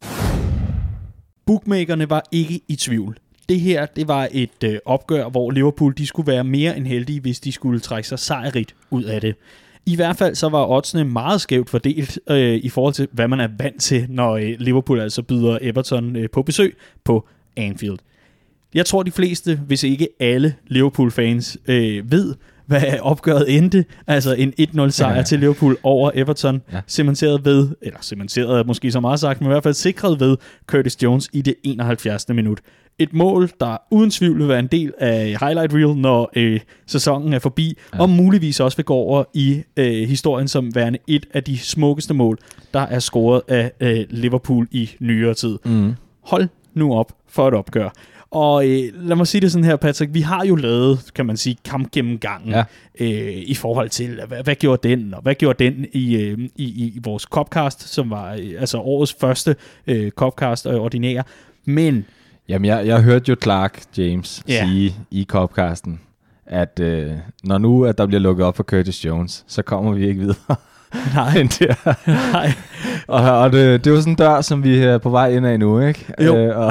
Bookmakerne var ikke i tvivl. Det her, det var et opgør, hvor Liverpool de skulle være mere end heldige, hvis de skulle trække sig sejrigt ud af det. I hvert fald så var oddsene meget skævt fordelt i forhold til, hvad man er vant til, når Liverpool altså byder Everton på besøg på Anfield. Jeg tror, de fleste, hvis ikke alle Liverpool-fans ved, hvad opgøret endte. Altså en 1-0 sejr til Liverpool over Everton, cementeret er måske så meget sagt, men i hvert fald sikret ved Curtis Jones i det 71. minut. Et mål, der uden tvivl vil være en del af highlight reel, når sæsonen er forbi, og muligvis også vil gå over i historien som værende et af de smukkeste mål, der er scoret af Liverpool i nyere tid. Hold nu op for et opgør. Og lad mig sige det sådan her, Patrick, vi har jo lavet, kan man sige, kampgennemgangen i forhold til, hvad gjorde den, og hvad gjorde den i vores Cupcast, som var altså årets første Cupcast ordinære. Men jamen, jeg hørte jo Clark James sige i Cupcasten, at når nu at der bliver lukket op for Curtis Jones, så kommer vi ikke videre. Nej. Nej. Og det er jo sådan en dør, som vi er på vej ind af nu, ikke? Jo.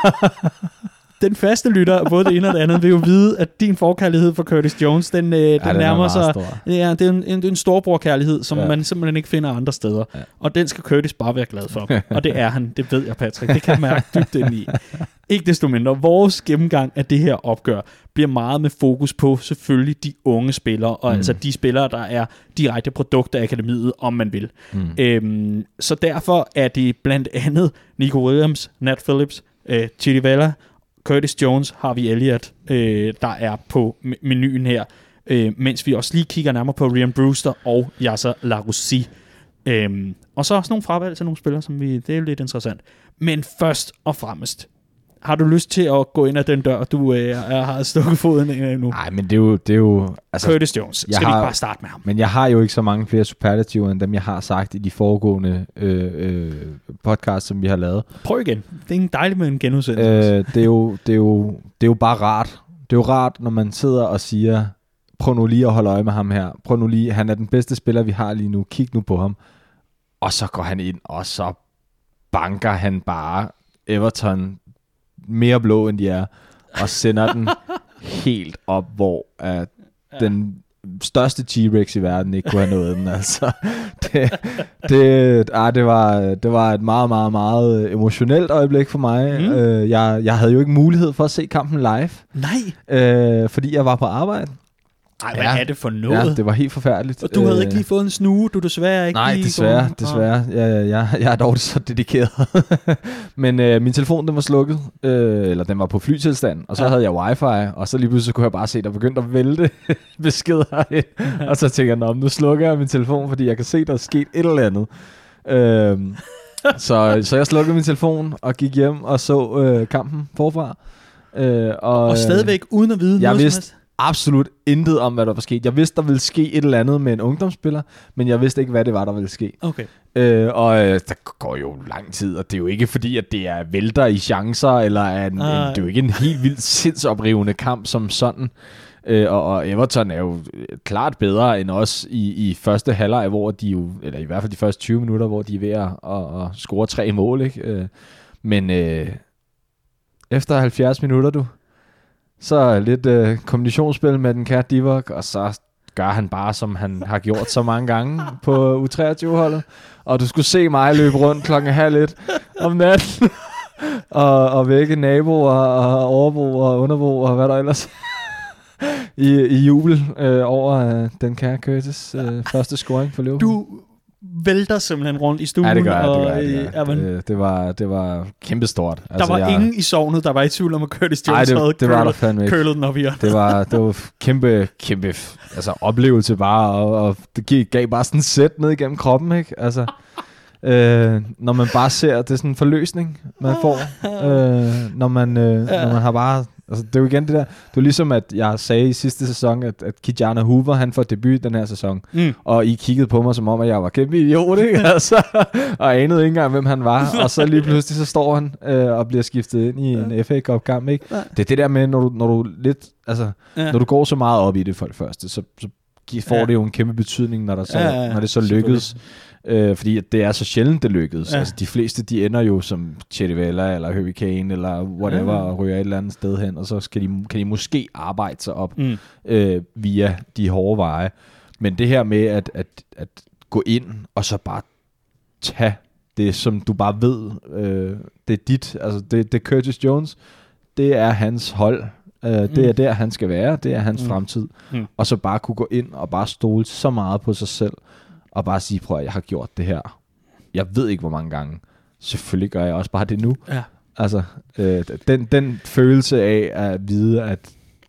Den faste lytter, både det ene og det andet, vil jo vide, at din forkærlighed for Curtis Jones, den nærmer sig. Ja, det er en storbrorkærlighed, som man simpelthen ikke finder andre steder. Ja. Og den skal Curtis bare være glad for. Og det er han, det ved jeg, Patrick. Det kan jeg mærke dybt ind i. Ikke desto mindre, vores gennemgang af det her opgør bliver meget med fokus på selvfølgelig de unge spillere, og altså de spillere, der er direkte produkt af akademiet, om man vil. Så derfor er det blandt andet Nico Williams, Nat Phillips, Chilwell, Curtis Jones, Harvey Elliott, der er på menuen her, mens vi også lige kigger nærmere på Ryan Brewster og Yasser Larouci. Og så også nogle fravalg til nogle spillere, som det er lidt interessant. Men først og fremmest, har du lyst til at gå ind ad den dør, du har stukket foden nu? Nej, men det er jo altså, Curtis Jones. Skal vi ikke bare starte med ham? Men jeg har jo ikke så mange flere superlativer, end dem jeg har sagt i de foregående podcasts, som vi har lavet. Prøv igen. Det er dejligt med en genudsendelse. Det er jo bare rart. Det er jo rart, når man sidder og siger, prøv nu lige at holde øje med ham her. Prøv nu lige, han er den bedste spiller, vi har lige nu. Kig nu på ham. Og så går han ind, og så banker han bare Everton mere blå, end de er, og sender den helt op, hvor den største T-Rex i verden ikke kunne have nået den. Altså, det var et meget, meget, meget emotionelt øjeblik for mig. Jeg havde jo ikke mulighed for at se kampen live. Nej. Fordi jeg var på arbejde. Ej, hvad er det for noget? Ja, det var helt forfærdeligt. Og du havde ikke lige fået en snue, du desværre ikke nej, lige... desværre. Jeg er dog så dedikeret. Men min telefon, den var slukket, eller den var på flytilstand, og så havde jeg wifi, og så lige pludselig kunne jeg bare se, der begyndte at vælte beskeder ind. Og så tænkte jeg, nu slukker jeg min telefon, fordi jeg kan se, der er sket et eller andet. Så jeg slukkede min telefon og gik hjem og så kampen forfra. Og stadigvæk uden at vide jeg noget vidste absolut intet om, hvad der var sket. Jeg vidste, der ville ske et eller andet med en ungdomsspiller, men jeg vidste ikke, hvad det var, der ville ske. Okay. Der går jo lang tid, og det er jo ikke fordi, at det er vælter i chancer, eller det er jo ikke en helt vildt sindsoprivende kamp som sådan. Og Everton er jo klart bedre end os i første halvleg, hvor de jo, eller i hvert fald de første 20 minutter, hvor de er ved at score 3 mål, ikke? Men efter 70 minutter, så lidt kombinationsspil med den kære Divock, og så gør han bare, som han har gjort så mange gange på U23-holdet. Og du skulle se mig løbe rundt 1:30 om natten, og vække naboer, og overbo og underbo, og hvad der ellers i jubel over den kære Curtis første scoring for Liverpool. Du vælter simpelthen rundt i stuen. Ja, det gør. Det var kæmpestort. Der var ingen i sognet, der var i tvivl om, at Curtis Jones havde curlet den op i det var kæmpe oplevelse bare, og det gav bare sådan et sæt ned igennem kroppen, ikke? Altså, når man bare ser, det er sådan en forløsning, man får, når man har bare... Altså, det er jo igen det der. Det er ligesom, at jeg sagde i sidste sæson, at Kijana Hoover, han får debut den her sæson. Og I kiggede på mig, som om, at jeg var kæmpe idiot, ikke? Altså, og anede ikke engang, hvem han var. Og så lige pludselig, så står han og bliver skiftet ind i en FA Cup-kamp, ikke? Det er det der med, når du lidt... Altså, når du går så meget op i det for det første, så får det jo en kæmpe betydning, når det så lykkes. Fordi det er så sjældent, det lykkedes. Altså, de fleste, de ender jo som Chedivella eller Hurricane eller whatever, og ryger et eller andet sted hen, og så kan de måske arbejde sig op via de hårde veje. Men det her med at gå ind og så bare tage det, som du bare ved, det er dit, altså det er Curtis Jones, det er hans hold. Det er der, han skal være, det er hans fremtid. Og så bare kunne gå ind og bare stole så meget på sig selv, og bare sige, prøv at jeg har gjort det her. Jeg ved ikke, hvor mange gange. Selvfølgelig gør jeg også bare det nu. Ja. Altså, den følelse af at vide, at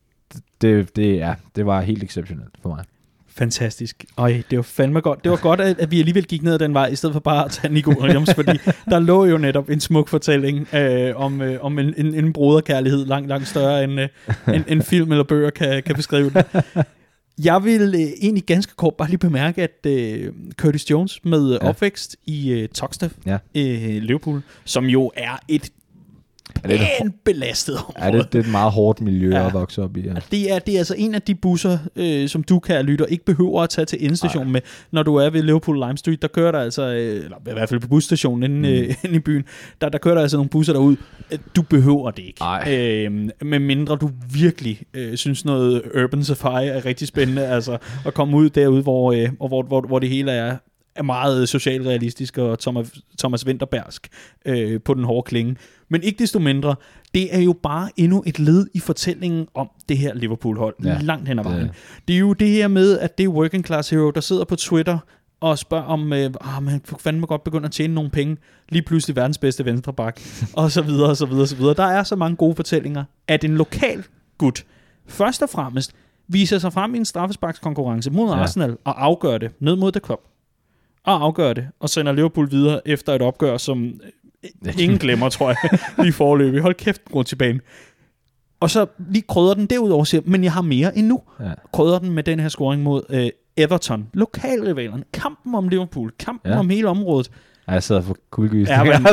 det var helt exceptionelt for mig. Fantastisk. Det var fandme godt. Det var godt, at vi alligevel gik ned ad den vej, i stedet for bare at tage Nico Williams, fordi der lå jo netop en smuk fortælling om en broderkærlighed langt større, end film eller bøger kan beskrive den. Jeg vil egentlig ganske kort bare lige bemærke, at Curtis Jones med opvækst i Toxteth, Liverpool, som jo er et pænt belastet område. Det er et meget hårdt miljø at vokse op i. Ja. Det er altså en af de busser, som du, kære lytter, ikke behøver at tage til endestationen med, når du er ved Liverpool Lime Street. Der kører der altså, eller i hvert fald på busstationen inde i byen, der kører der altså nogle busser derud. Du behøver det ikke. Med mindre du virkelig synes noget Urban Safari er rigtig spændende, altså at komme ud derude, hvor det hele er meget socialrealistisk og Thomas Vinterbergsk på den hårde klinge. Men ikke desto mindre, det er jo bare endnu et led i fortællingen om det her Liverpool-hold, langt hen ad vejen. Det er jo det her med, at det er working class hero, der sidder på Twitter og spørger om, man kunne fandme godt begynde at tjene nogle penge, lige pludselig verdens bedste venstreback, og så videre, og så videre, og så videre. Der er så mange gode fortællinger, at en lokal gut, først og fremmest, viser sig frem i en straffesparkskonkurrence mod Arsenal, og afgør det ned mod The Cup. Og afgør det, og sender Liverpool videre efter et opgør, som ingen glemmer, tror jeg, lige forløbig. Hold kæft, gå tilbage. Og så lige krydder den derudover, siger, men jeg har mere endnu. Krydder den med den her scoring mod Everton. Lokalrivalerne. Kampen om Liverpool. Kampen om hele området. Jeg sidder for kuldegys.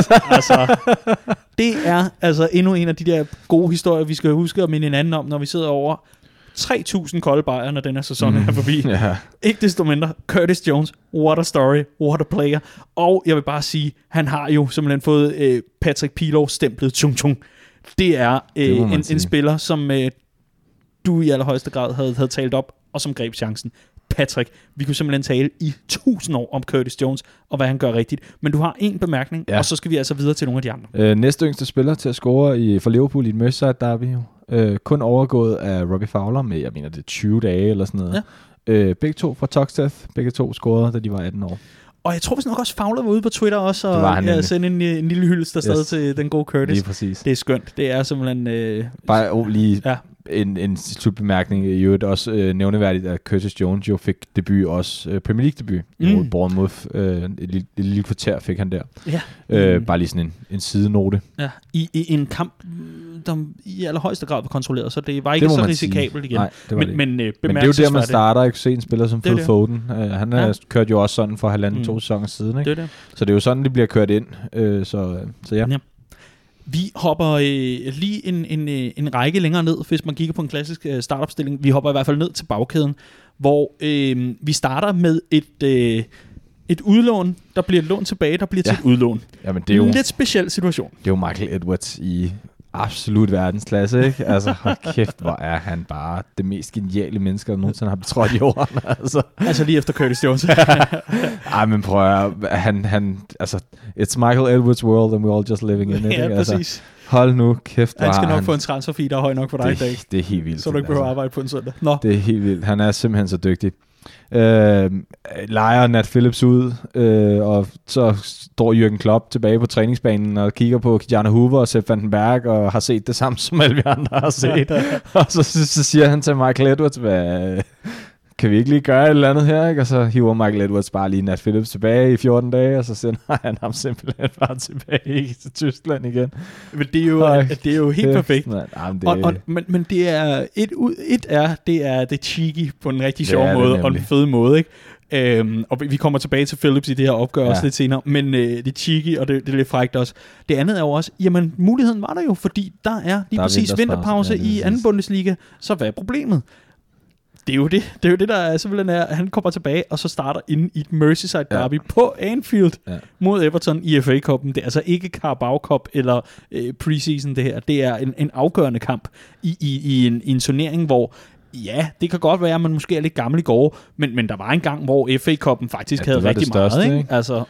Det er altså endnu en af de der gode historier, vi skal huske at minde hinanden om, når vi sidder over 3.000 kolde bajer, når den her sæson er forbi. Ikke desto mindre, Curtis Jones, what a story, what a player. Og jeg vil bare sige, han har jo simpelthen fået Patrick Pilov stemplet chung. Det er en spiller, som du i allerhøjeste grad havde talt op, og som greb chancen. Patrick, vi kunne simpelthen tale i 1000 år om Curtis Jones, og hvad han gør rigtigt. Men du har en bemærkning, og så skal vi altså videre til nogle af de andre. Næste yngste spiller til at score for Liverpool i et Merseyside derby, Kun overgået af Robbie Fowler med, jeg mener det er 20 dage eller sådan noget. Ja. Begge to fra Tuxteth, begge to scorede, da de var 18 år. Og jeg tror vist nok også, Fowler var ude på Twitter også, og sendte en lille hyldest afsted til den gode Curtis. Lige præcis. Det er skønt. Det er simpelthen... Bare lige en slutbemærkning i øvrigt også nævneværdigt, at Curtis Jones jo fik debut også, Premier League debut mod Bournemouth. Et lille kvarter fik han der. Ja. Bare lige sådan en sidenote. Ja, i en kamp, der i allerhøjeste grad var kontrolleret, så det var ikke så risikabelt igen. Nej, det var det. Men det er jo der, man starter, ikke? Se en spiller som Phil Foden. Han har kørt jo også sådan for 1,5-2 sæsoner siden. Ikke? Det. Så det er jo sådan, det bliver kørt ind. Så ja. Vi hopper lige en række længere ned, hvis man kigger på en klassisk startopstilling. Vi hopper i hvert fald ned til bagkæden, hvor vi starter med et udlån, der bliver et lån tilbage, der bliver til et udlån. Jamen, det er jo en lidt speciel situation. Det er jo Michael Edwards i absolut verdensklasse, ikke? Altså, hold kæft, hvor er han bare det mest geniale menneske, der nogensinde har betrådt jorden. Altså lige efter Curtis Jones. Ej, men prøv at han altså, it's Michael Edwards' world, and we're all just living in it. Ja, præcis. Altså, hold nu kæft, han skal nok få en transferfee, der er høj nok for dig i dag. Det er helt vildt. Så du ikke behøver at arbejde på en søndag. Nå. Det er helt vildt. Han er simpelthen så dygtig. Lejer Nat Phillips ud, og så står Jürgen Klopp tilbage på træningsbanen og kigger på Kijana Hoover og Sepp van den Berg og har set det samme, som alle vi andre har set. Og så siger han til Michael Edwards, kan vi ikke lige gøre et eller andet her, ikke? Og så hiver Michael Edwards bare lige Nat Phillips tilbage i 14 dage, og så sender han ham simpelthen bare tilbage til Tyskland igen. Men det er jo helt perfekt. Men det er det er det cheeky på en rigtig sjov måde, og en fed måde, ikke? Og vi kommer tilbage til Phillips i det her opgør også lidt senere, men det er cheeky, og det er lidt frækt også. Det andet er jo også, jamen muligheden var der jo, fordi der er lige præcis vinterpause i anden Bundesliga, så hvad er problemet? Det er jo det, der er simpelthen er, han kommer tilbage, og så starter inde i et Merseyside derby på Anfield mod Everton i FA Cup'en. Det er altså ikke Carabao Cup eller preseason det her. Det er en afgørende kamp i en turnering, hvor det kan godt være, at man måske er lidt gammel i går, men der var en gang, hvor FA Cup'en faktisk havde rigtig største, meget, ikke? Altså,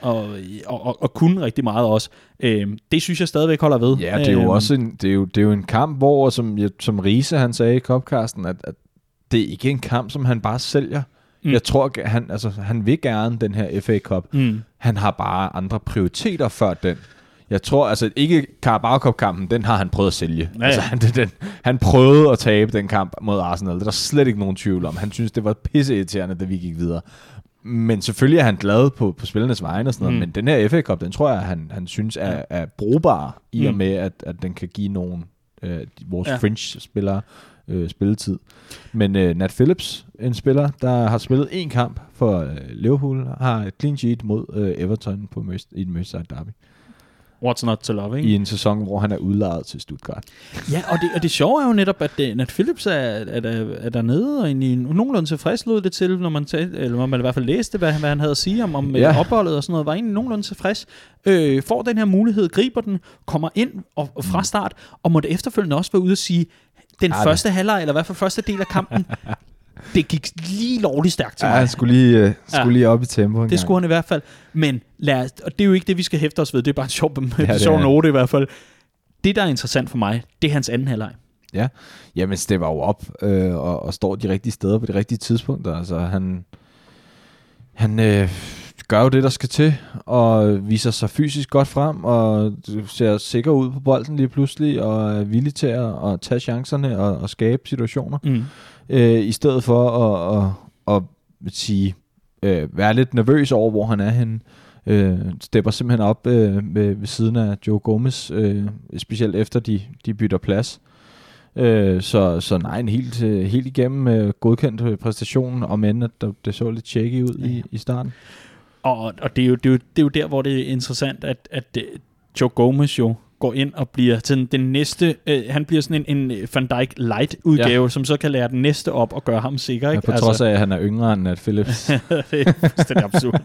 og kunne rigtig meget også. Det synes jeg stadigvæk holder ved. Ja, det er jo også det er jo en kamp, hvor, som Riese han sagde i Cupcasten, at det er ikke en kamp, som han bare sælger. Jeg tror, han vil gerne den her FA Cup. Han har bare andre prioriteter før den. Jeg tror, ikke Carabao Cup-kampen, den har han prøvet at sælge. Ja. Altså, han prøvede at tabe den kamp mod Arsenal. Det er der slet ikke nogen tvivl om. Han synes, det var pisseirriterende, da vi gik videre. Men selvfølgelig er han glad på spillernes vegne og sådan noget. Men den her FA Cup, den tror jeg, han synes er brugbar i og med, at den kan give nogle vores French-spillere spilletid. Men Nat Phillips, en spiller, der har spillet en kamp for Liverpool, har et clean sheet mod Everton i et Merseyside derby. What's not to love, ikke? I en sæson, hvor han er udlejet til Stuttgart. Ja, og det sjove er jo netop, at Nat Phillips er dernede, og egentlig nogenlunde tilfreds lød det til, når man i hvert fald læste, hvad han havde at sige om opholdet og sådan noget, var egentlig nogenlunde tilfreds. Får den her mulighed, griber den, kommer ind og fra start, og måtte efterfølgende også være ude at sige, den første halvleg, eller i hvert fald første del af kampen, det gik lige lovligt stærkt til mig. Han skulle lige op i tempo. Det skulle han i hvert fald. Men og det er jo ikke det, vi skal hæfte os ved. Det er bare en sjov note i hvert fald. Det, der er interessant for mig, det er hans anden halvleg. Ja, jamen stepper jo op og står de rigtige steder på de rigtige tidspunkter. Altså han gør jo det, der skal til, og viser sig fysisk godt frem, og ser sikker ud på bolden lige pludselig, og er villig til at tage chancerne og skabe situationer. I stedet for at sige, være lidt nervøs over, hvor han er henne. Stepper simpelthen op ved siden af Joe Gomez, specielt efter de bytter plads. Så nej, en helt igennem godkendt præstation, om end at det så lidt shaky ud i starten. Og det er jo der, hvor det er interessant, at Joe Gomez jo går ind og bliver til den næste, han bliver sådan en Van Dijk light udgave, som så kan lære den næste op og gøre ham sikker, ikke? Ja, på trods af, at han er yngre end Nat Phillips. Det er fuldstændig absurd.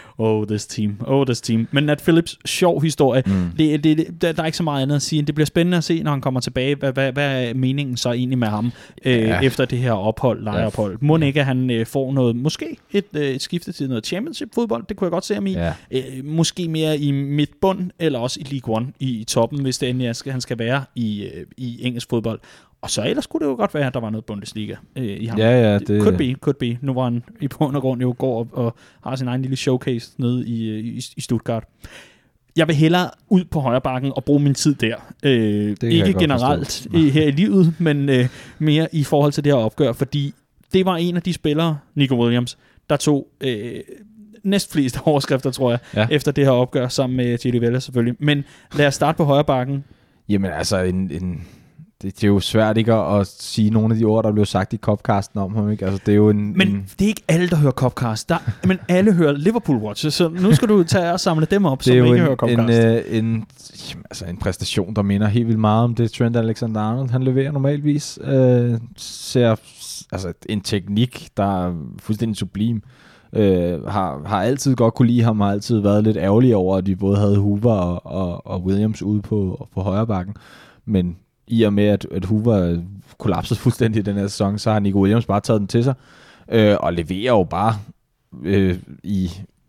This team. Men Nat Phillips, sjov historie. Der er ikke så meget andet at sige. Det bliver spændende at se, når han kommer tilbage. Hvad er meningen så egentlig med ham efter det her lejeophold? Må ikke, at han får noget, måske et skifte til noget championship-fodbold? Det kunne jeg godt se ham i. Måske mere i midtbund, eller også i League One i toppen. toppen, hvis det endelig han skal være i engelsk fodbold. Og så ellers kunne det jo godt være, at der var noget Bundesliga i ham. Ja, det... Could be. Nu var han i bund og grund jo går og har sin egen lille showcase nede i Stuttgart. Jeg vil hellere ud på højre bakken og bruge min tid der. Ikke generelt her i livet, men mere i forhold til det her opgør, fordi det var en af de spillere, Nico Williams, der tog næstflest overskrifter, tror jeg, efter det her opgør, sammen med Gilly Vela selvfølgelig. Men lad os starte på højre bakken. Jamen altså, det er jo svært ikke at sige nogle af de ord, der blev sagt i Copcasten om ham, ikke? Altså, det er jo men det er ikke alle, der hører Copcast. men alle hører Liverpool Watch, så nu skal du tage og samle dem op, som ikke hører Copcast. Det er en præstation, der minder helt vildt meget om det Trent Alexander-Arnold, han leverer normalvis. Ser en teknik, der er fuldstændig sublim. Har altid godt kunne lide ham, har altid været lidt ærgerlig over, at de både havde Hoover og Williams ude på højre bakken. Men i og med, at Hoover kollapsede fuldstændig i den her sæson, så har Nico Williams bare taget den til sig, og leverer jo bare i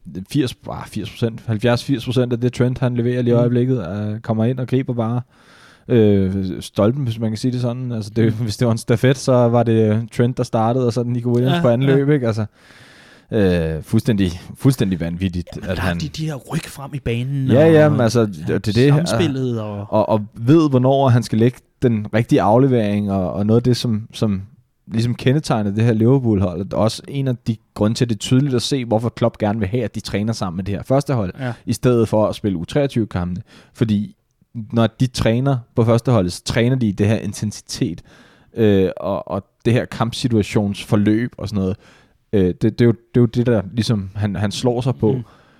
70-80% af det Trent, han leverer lige i øjeblikket, kommer ind og griber bare stolpen, hvis man kan sige det sådan. Altså hvis det var en stafet, så var det Trent, der startede, og så Nico Williams på anden løb, ikke? Altså, fuldstændig vanvittigt. At han de her ryg frem i banen. Altså det samspillet og ved, hvornår han skal lægge den rigtige aflevering, og noget af det, som ligesom kendetegner det her Liverpool-hold. Også en af de grunde til, det er tydeligt at se, hvorfor Klopp gerne vil have, at de træner sammen med det her første hold, i stedet for at spille U23-kampene. Fordi når de træner på første hold, så træner de det her intensitet, og det her kampsituationsforløb og sådan noget. Det er jo det, der ligesom han slår sig på.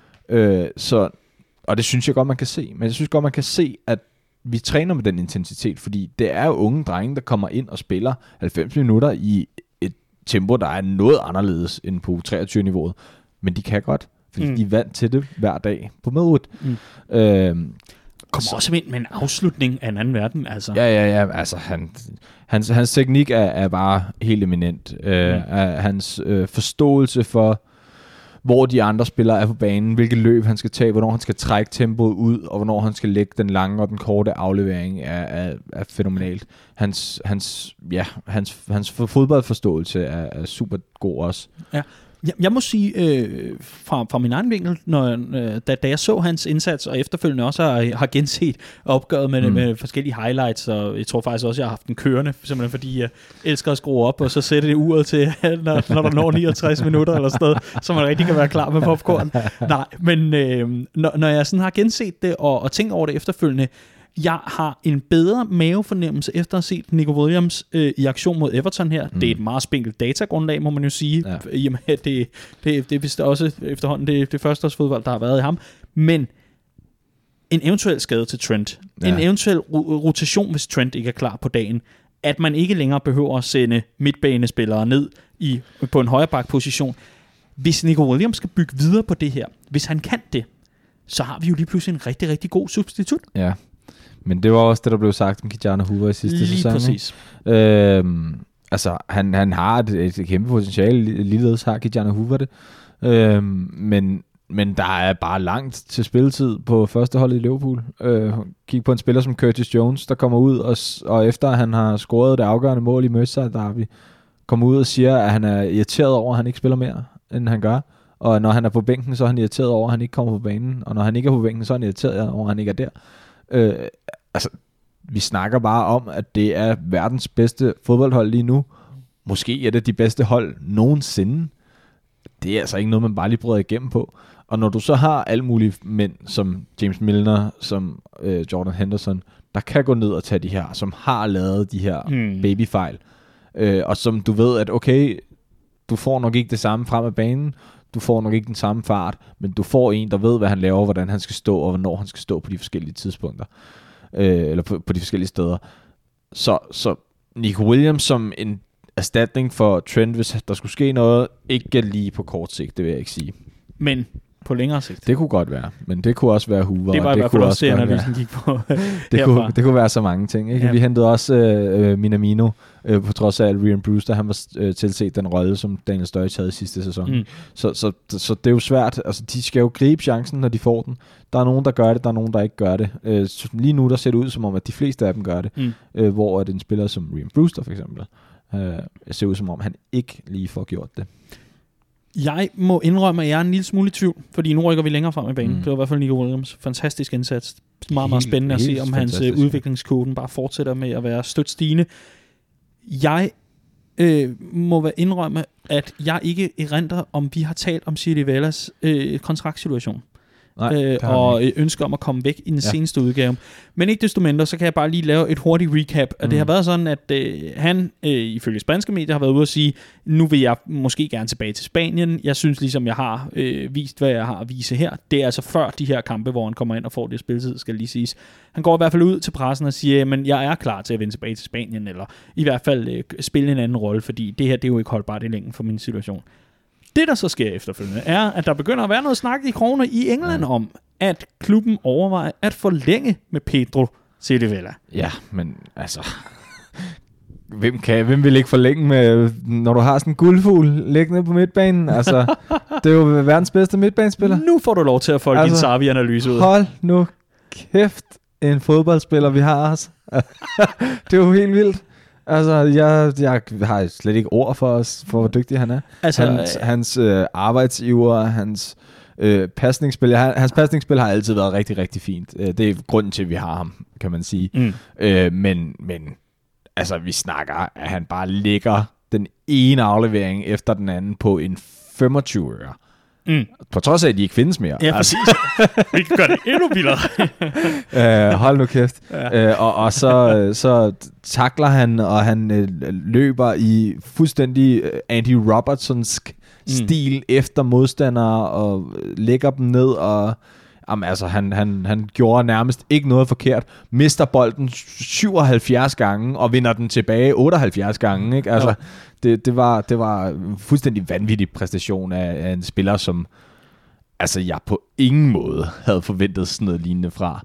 Og det synes jeg godt, man kan se. Men jeg synes godt, man kan se, at vi træner med den intensitet, fordi det er jo unge drenge, der kommer ind og spiller 90 minutter i et tempo, der er noget anderledes end på 23-niveauet. Men de kan godt, fordi de er vant til det hver dag på mødet. Kommer også ind med en afslutning af en anden verden. Altså. Ja. Altså, hans teknik er bare helt eminent. Hans forståelse for, hvor de andre spillere er på banen, hvilket løb han skal tage, hvornår han skal trække tempoet ud, og hvornår han skal lægge den lange og den korte aflevering, er fænomenalt. Hans fodboldforståelse er super god også. Ja. Jeg må sige, fra min egen vinkel, da jeg så hans indsats, og efterfølgende også har genset opgøret med forskellige highlights, og jeg tror faktisk også, jeg har haft den kørende, simpelthen fordi jeg elsker at skrue op, og så sætte det uret til, når der når 69 minutter eller sted, så man rigtig kan være klar med popcorn. Nej, men når jeg sådan har genset det, og tænkt over det efterfølgende, jeg har en bedre mavefornemmelse efter at have set Nico Williams i aktion mod Everton her. Det er et meget spinkelt datagrundlag, må man jo sige, i og med at det er vist også efterhånden det førsteårsfodbold, der har været i ham. Men en eventuel skade til Trent, en eventuel rotation, hvis Trent ikke er klar på dagen, at man ikke længere behøver at sende midtbanespillere ned på en højre bakposition. Hvis Nico Williams skal bygge videre på det her, hvis han kan det, så har vi jo lige pludselig en rigtig, rigtig god substitut. Ja. Men det var også det, der blev sagt om Ki-Jana Hoever i sidste sæson. Lige præcis. Altså, han har et kæmpe potentiale, ligeledes har Ki-Jana Hoever det. Men der er bare langt til spilletid på første hold i Liverpool. Kig på en spiller som Curtis Jones, der kommer ud, og efter han har scoret det afgørende mål i Merseyside Derby, kommer ud og siger, at han er irriteret over, at han ikke spiller mere, end han gør. Og når han er på bænken, så er han irriteret over, at han ikke kommer på banen. Og når han ikke er på bænken, så er han irriteret over, at han ikke er der. Altså, vi snakker bare om, at det er verdens bedste fodboldhold lige nu. Måske er det de bedste hold nogensinde. Det er altså ikke noget, man bare lige bryder igennem på. Og når du så har alle mulige mænd, som James Milner, som Jordan Henderson, der kan gå ned og tage de her, som har lavet de her babyfejl, og som du ved, at okay, du får nok ikke det samme frem af banen, du får nok ikke den samme fart, men du får en, der ved, hvad han laver, hvordan han skal stå, og hvornår han skal stå på de forskellige tidspunkter, eller på de forskellige steder. Så Nico Williams som en erstatning for Trent, hvis der skulle ske noget, ikke lige på kort sigt, det vil jeg ikke sige. Men på længere sigt. Det kunne godt være, men det kunne også være Hoover. Det var i hvert fald også det, analysen gik på. Det kunne være så mange ting. Ikke? Ja. Vi hentede også Minamino, på trods af, at Ryan Brewster han var tilset den rolle, som Daniel Sturridge havde i sidste sæson. Så det er jo svært. Altså, de skal jo gribe chancen, når de får den. Der er nogen, der gør det, der er nogen, der ikke gør det. Lige nu, der ser det ud som om, at de fleste af dem gør det. Hvor en spiller som Ryan Brewster, for eksempel, ser ud som om, han ikke lige får gjort det. Jeg må indrømme, at jeg er en lille smule i tvivl, fordi nu rykker vi længere frem i banen. Det var i hvert fald Nico Williams fantastisk indsats. Meget, meget spændende at se, om hans udviklingskoden bare fortsætter med at være stødt stigende. Jeg må indrømme, at jeg ikke erindrer, om vi har talt om Siri Vellas kontraktsituation. Og ønsker om at komme væk i den seneste udgave. Men ikke desto mindre, så kan jeg bare lige lave et hurtigt recap. Og det har været sådan, at han ifølge spanske medier har været ude at sige, nu vil jeg måske gerne tilbage til Spanien. Jeg synes ligesom, jeg har vist, hvad jeg har at vise her. Det er altså før de her kampe, hvor han kommer ind og får det spilletid, skal lige siges. Han går i hvert fald ud til pressen og siger, men jeg er klar til at vende tilbage til Spanien, eller i hvert fald spille en anden rolle, fordi det her, det er jo ikke holdbart i længden for min situation. Det, der så sker efterfølgende, er, at der begynder at være noget snak i kroner i England om, at klubben overvejer at forlænge med Pedro Chirivella. Ja, men altså... Hvem vil ikke forlænge med, når du har sådan en guldfugl liggende på midtbanen? Altså, det er jo verdens bedste midtbanespiller. Nu får du lov til at folde din Sarvi-analyse ud. Hold nu kæft, en fodboldspiller, vi har altså. Det er jo helt vildt. Altså, jeg har slet ikke ord for hvor dygtig han er. Altså, hans arbejdsiver, hans pasningsspil. Hans pasningsspil har altid været rigtig, rigtig fint. Det er grunden til, at vi har ham, kan man sige. Men altså, vi snakker, at han bare lægger den ene aflevering efter den anden på en 25 øre. På trods af, at de ikke findes mere. Ja, præcis. Vi kan gøre det endnu vildere. Hold nu kæft. Og så takler han, og han løber i fuldstændig Andy Robertsonsk stil efter modstandere, og lægger dem ned, og altså, han gjorde nærmest ikke noget forkert. Mister bolden 77 gange, og vinder den tilbage 78 gange. Ikke? Altså, det var en fuldstændig vanvittig præstation af en spiller, som altså, jeg på ingen måde havde forventet sådan noget lignende fra.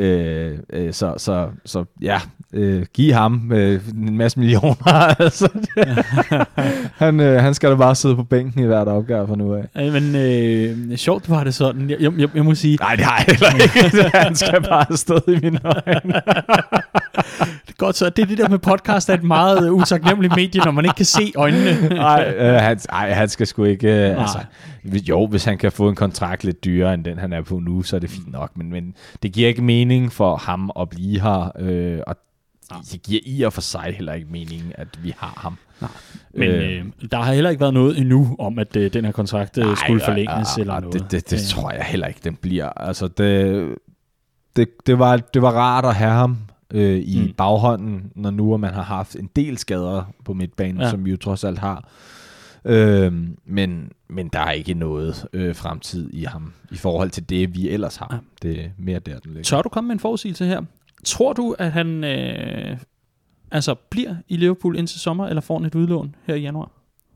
Så ja, giv ham en masse millioner. Altså, han skal da bare sidde på bænken i hvert opgave fra nu af. Men sjovt var det sådan. Jeg må sige... Nej, det har jeg heller ikke. Han skal bare stå i mine øjne. Det er godt så. Det er det der med podcast, er et meget utaknemmeligt medie, når man ikke kan se øjnene. Han skal sgu ikke... Altså, jo, hvis han kan få en kontrakt lidt dyrere end den, han er på nu, så er det fint nok. Men det giver ikke mening for ham at blive her, og det giver i og for sig heller ikke mening, at vi har ham. Nej. Men der har heller ikke været noget endnu om, at den her kontrakt skulle forlænges eller noget. Det tror jeg heller ikke, den bliver. Altså, det var rart at have ham i baghånden, når nu man har haft en del skader på midtbanen, som vi jo trods alt har. Men der er ikke noget fremtid i ham i forhold til det, vi ellers har. Det er mere der, den ligger. Tør du komme med en forudsigelse her? Tror du, at han bliver i Liverpool indtil sommer, eller får han et udlån her i januar?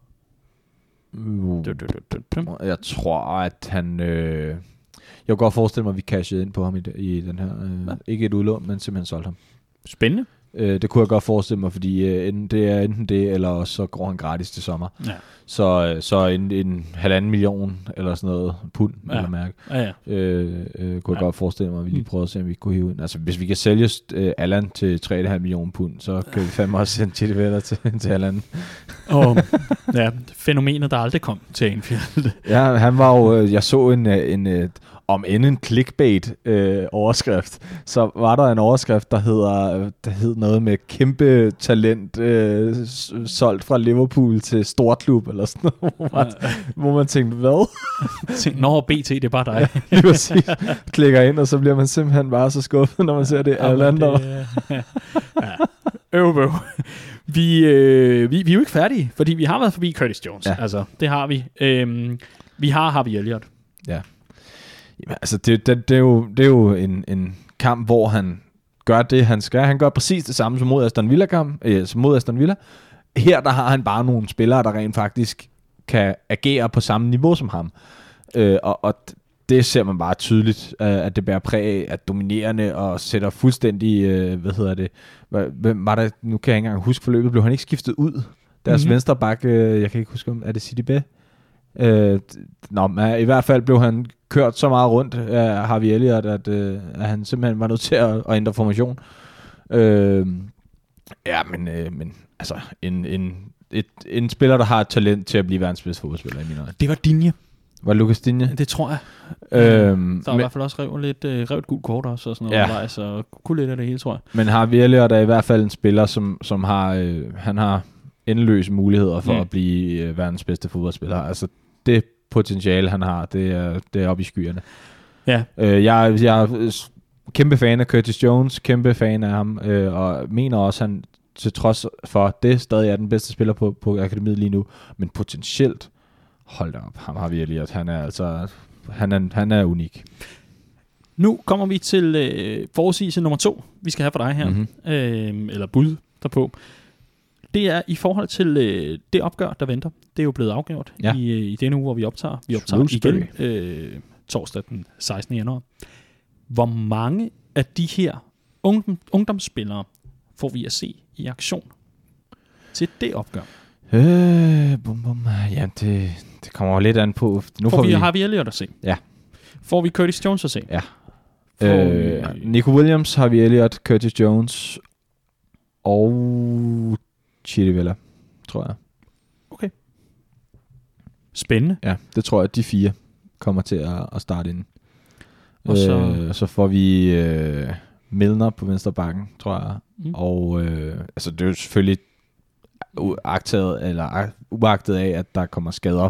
Jeg tror, at han... jeg kan godt forestille mig, at vi cashede ind på ham i den her... ikke et udlån, men simpelthen solgte ham. Spændende. Det kunne jeg godt forestille mig, fordi det er enten det, eller så går han gratis til sommer. Ja. Så en 1,5 million eller sådan noget pund, eller mærke. Kunne jeg godt forestille mig, at vi lige prøvede at se, om vi kunne hive ind. Altså, hvis vi kan sælge Allan til 3,5 millioner pund, så kan vi fandme også sende Chilwell til Allan. Fænomenet, der aldrig kom til Anfield. Ja, han var jo... Jeg så om end en clickbait overskrift, så var der en overskrift, der hed noget med kæmpe talent solgt fra Liverpool til storklub, eller sådan noget, hvor man tænkte, hvad? Nå, BT, det er bare dig. Lige præcis. Klikker ind, og så bliver man simpelthen bare så skuffet, når man ser det alle andre. Vi er jo ikke færdige, fordi vi har været forbi Curtis Jones. Ja. Altså, det har vi. Vi har Harvey Elliott. Ja. Jamen, altså, det er jo en kamp, hvor han gør det, han skal. Han gør præcis det samme som mod Aston Villa. Her, der har han bare nogle spillere, der rent faktisk kan agere på samme niveau som ham. Og det ser man bare tydeligt, at det bærer præg af, at dominerende og sætter fuldstændig, hvem var det, nu kan jeg ikke engang huske forløbet, blev han ikke skiftet ud? Deres venstre bak, jeg kan ikke huske, er det Sidibé? I hvert fald blev han kørt så meget rundt af Harvey Elliott, at han simpelthen var nødt til at ændre formation. Men altså, en spiller, der har et talent til at blive verdens bedste fodboldspiller i mine øjne. Det var Digne. Var Lucas Digne? Det tror jeg. Der var i hvert fald også revet et gult kort også, og sådan noget undervejs, så kunne lidt af det hele, tror jeg. Men Harvey Elliott er i hvert fald en spiller, som har, han har endeløse muligheder for at blive verdens bedste fodboldspiller. Altså, det potentiale, han har, det er oppe i skyerne. Ja. Jeg er kæmpe fan af Curtis Jones, kæmpe fan af ham, og mener også, han til trods for det stadig er den bedste spiller på akademiet lige nu, men potentielt, hold da op, ham har vi Elliott, han er unik. Nu kommer vi til forudsigelse nummer 2, vi skal have for dig her, eller bud derpå. Det er i forhold til det opgør, der venter. Det er jo blevet afgjort i denne uge, hvor vi optager. Vi optager igen torsdag den 16. januar. Hvor mange af de her ungdomsspillere får vi at se i aktion til det opgør? Ja, det kommer lidt an på. Nu får vi Harvey Elliott at se? Ja. Får vi Curtis Jones at se? Ja. Nico Williams, Harvey Elliott, Curtis Jones og Chirivella, tror jeg. Okay. Spændende. Ja, det tror jeg, at de 4 kommer til at starte inden. Og så får vi Milner på venstre bakken, tror jeg. Og altså det er jo selvfølgelig uagtet af, at der kommer skader.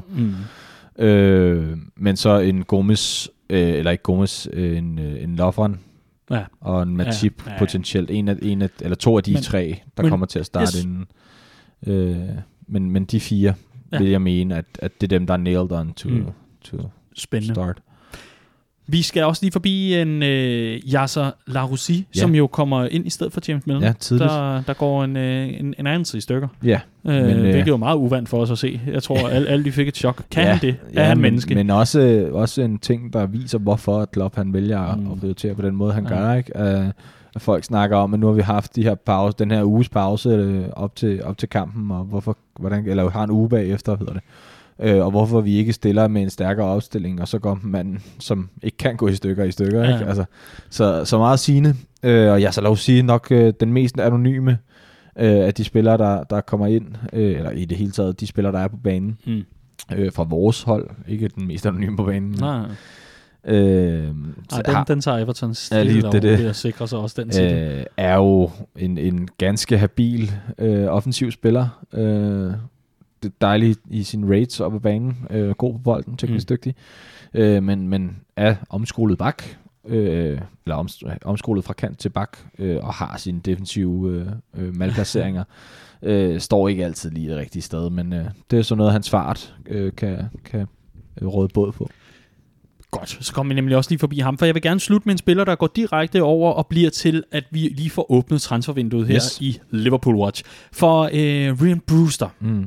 Men så en Gomes, eller ikke Gomes, en Lovren. Ja. Og en Matip potentielt. En af, eller 2 af de 3, der kommer til at starte inden. Men de 4 vil jeg mene, at det er dem, der er nailed on to start. Vi skal også lige forbi en Yasser Larouci, som jo kommer ind i stedet for James Milner. Ja, tidligt. Der går en anelse i stykker. Ja. Hvilket er jo meget uvant for os at se. Jeg tror, alle de fik et chok. Kan han det? Er han menneske? Men også en ting, der viser, hvorfor Klopp han vælger at prioritere på den måde, han gør. Ikke? Folk snakker om, at nu har vi haft den her uges pause op til kampen, og eller har en uge bagefter, hedder det. Og hvorfor vi ikke stiller med en stærkere opstilling, og så går manden, som ikke kan gå i stykker. Ja. Ikke? Altså, så meget sigende. Og jeg så lov at sige nok den mest anonyme af de spillere, der kommer ind, eller i det hele taget, de spillere, der er på banen, fra vores hold. Ikke den mest anonyme på banen. Nej. Den tager Everton det at sikre sig også den titel. Er jo en ganske habil offensiv spiller. Det er dejligt i sin rates op ad banen. God på bolden, teknisk dygtig. Men er omskolet bak, eller omskolet fra kant til bak, og har sine defensive malplaceringer. Står ikke altid lige det rigtige sted, men det er så noget, hans fart kan råde båd på. Godt, så kommer vi nemlig også lige forbi ham, for jeg vil gerne slutte med en spiller, der går direkte over og bliver til, at vi lige får åbnet transfervinduet her i Liverpool Watch. For Ryan Brewster.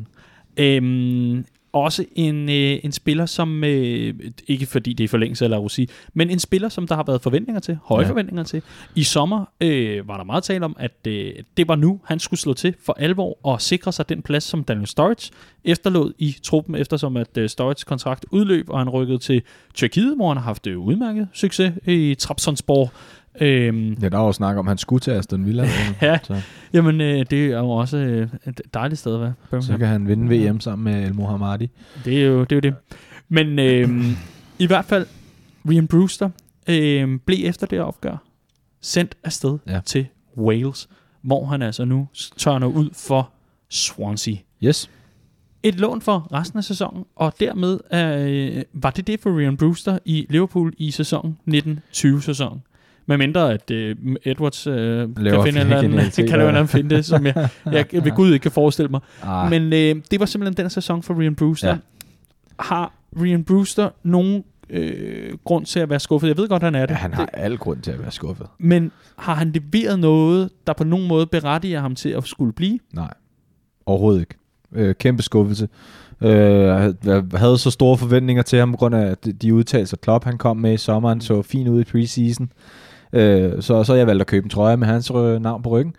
Også en spiller, som ikke fordi det er forlængelse eller Rossi, men en spiller, som der har været forventninger til, høje forventninger til. I sommer var der meget tale om, at det var nu, han skulle slå til for alvor og sikre sig den plads, som Daniel Sturridge efterlod i truppen, eftersom at Sturridges kontrakt udløb, og han rykkede til Tyrkiet, hvor han har haft udmærket succes i Trabzonspor. Der er jo snak om, han skulle til Aston Villa. Jamen det er jo også et dejligt sted at være. Så kan han vinde VM sammen med El Mohammadi. Det er jo det. Men i hvert fald, Ryan Brewster blev efter det opgør sendt afsted til Wales, hvor han altså nu tørner ud for Swansea. Yes. Et lån for resten af sæsonen, og dermed var det for Ryan Brewster i Liverpool i sæsonen 1920-sæsonen. Med mindre at Edwards kan finde en eller anden finde det, som jeg ved Gud ikke kan forestille mig. Men det var simpelthen den sæson for Ryan Brewster. Ja. Har Ryan Brewster nogen grund til at være skuffet? Jeg ved godt, han er det. Ja, han har al grund til at være skuffet. Men har han leveret noget, der på nogen måde berettiger ham til at skulle blive? Nej, overhovedet ikke. Kæmpe skuffelse. Jeg havde så store forventninger til ham på grund af de udtalelser Klopp han kom med i sommeren, så fint ud i preseason. Så jeg valgte at købe en trøje med hans navn på ryggen.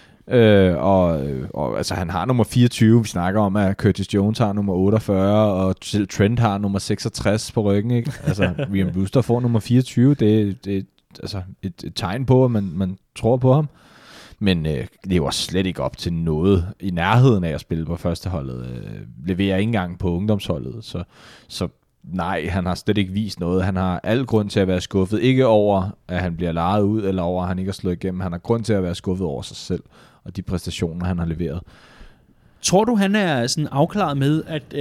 Og altså han har nummer 24. Vi snakker om at Curtis Jones har nummer 48 og Trent har nummer 66 på ryggen, ikke? Altså Ryan Brewster får nummer 24. Det er altså et tegn på at man tror på ham. Men det var slet ikke op til noget i nærheden af at spille på førsteholdet. Leverer ikke engang på ungdomsholdet. Så nej, han har slet ikke vist noget. Han har al grund til at være skuffet. Ikke over, at han bliver lejet ud, eller over, at han ikke har slået igennem. Han har grund til at være skuffet over sig selv, og de præstationer, han har leveret. Tror du, han er sådan afklaret med,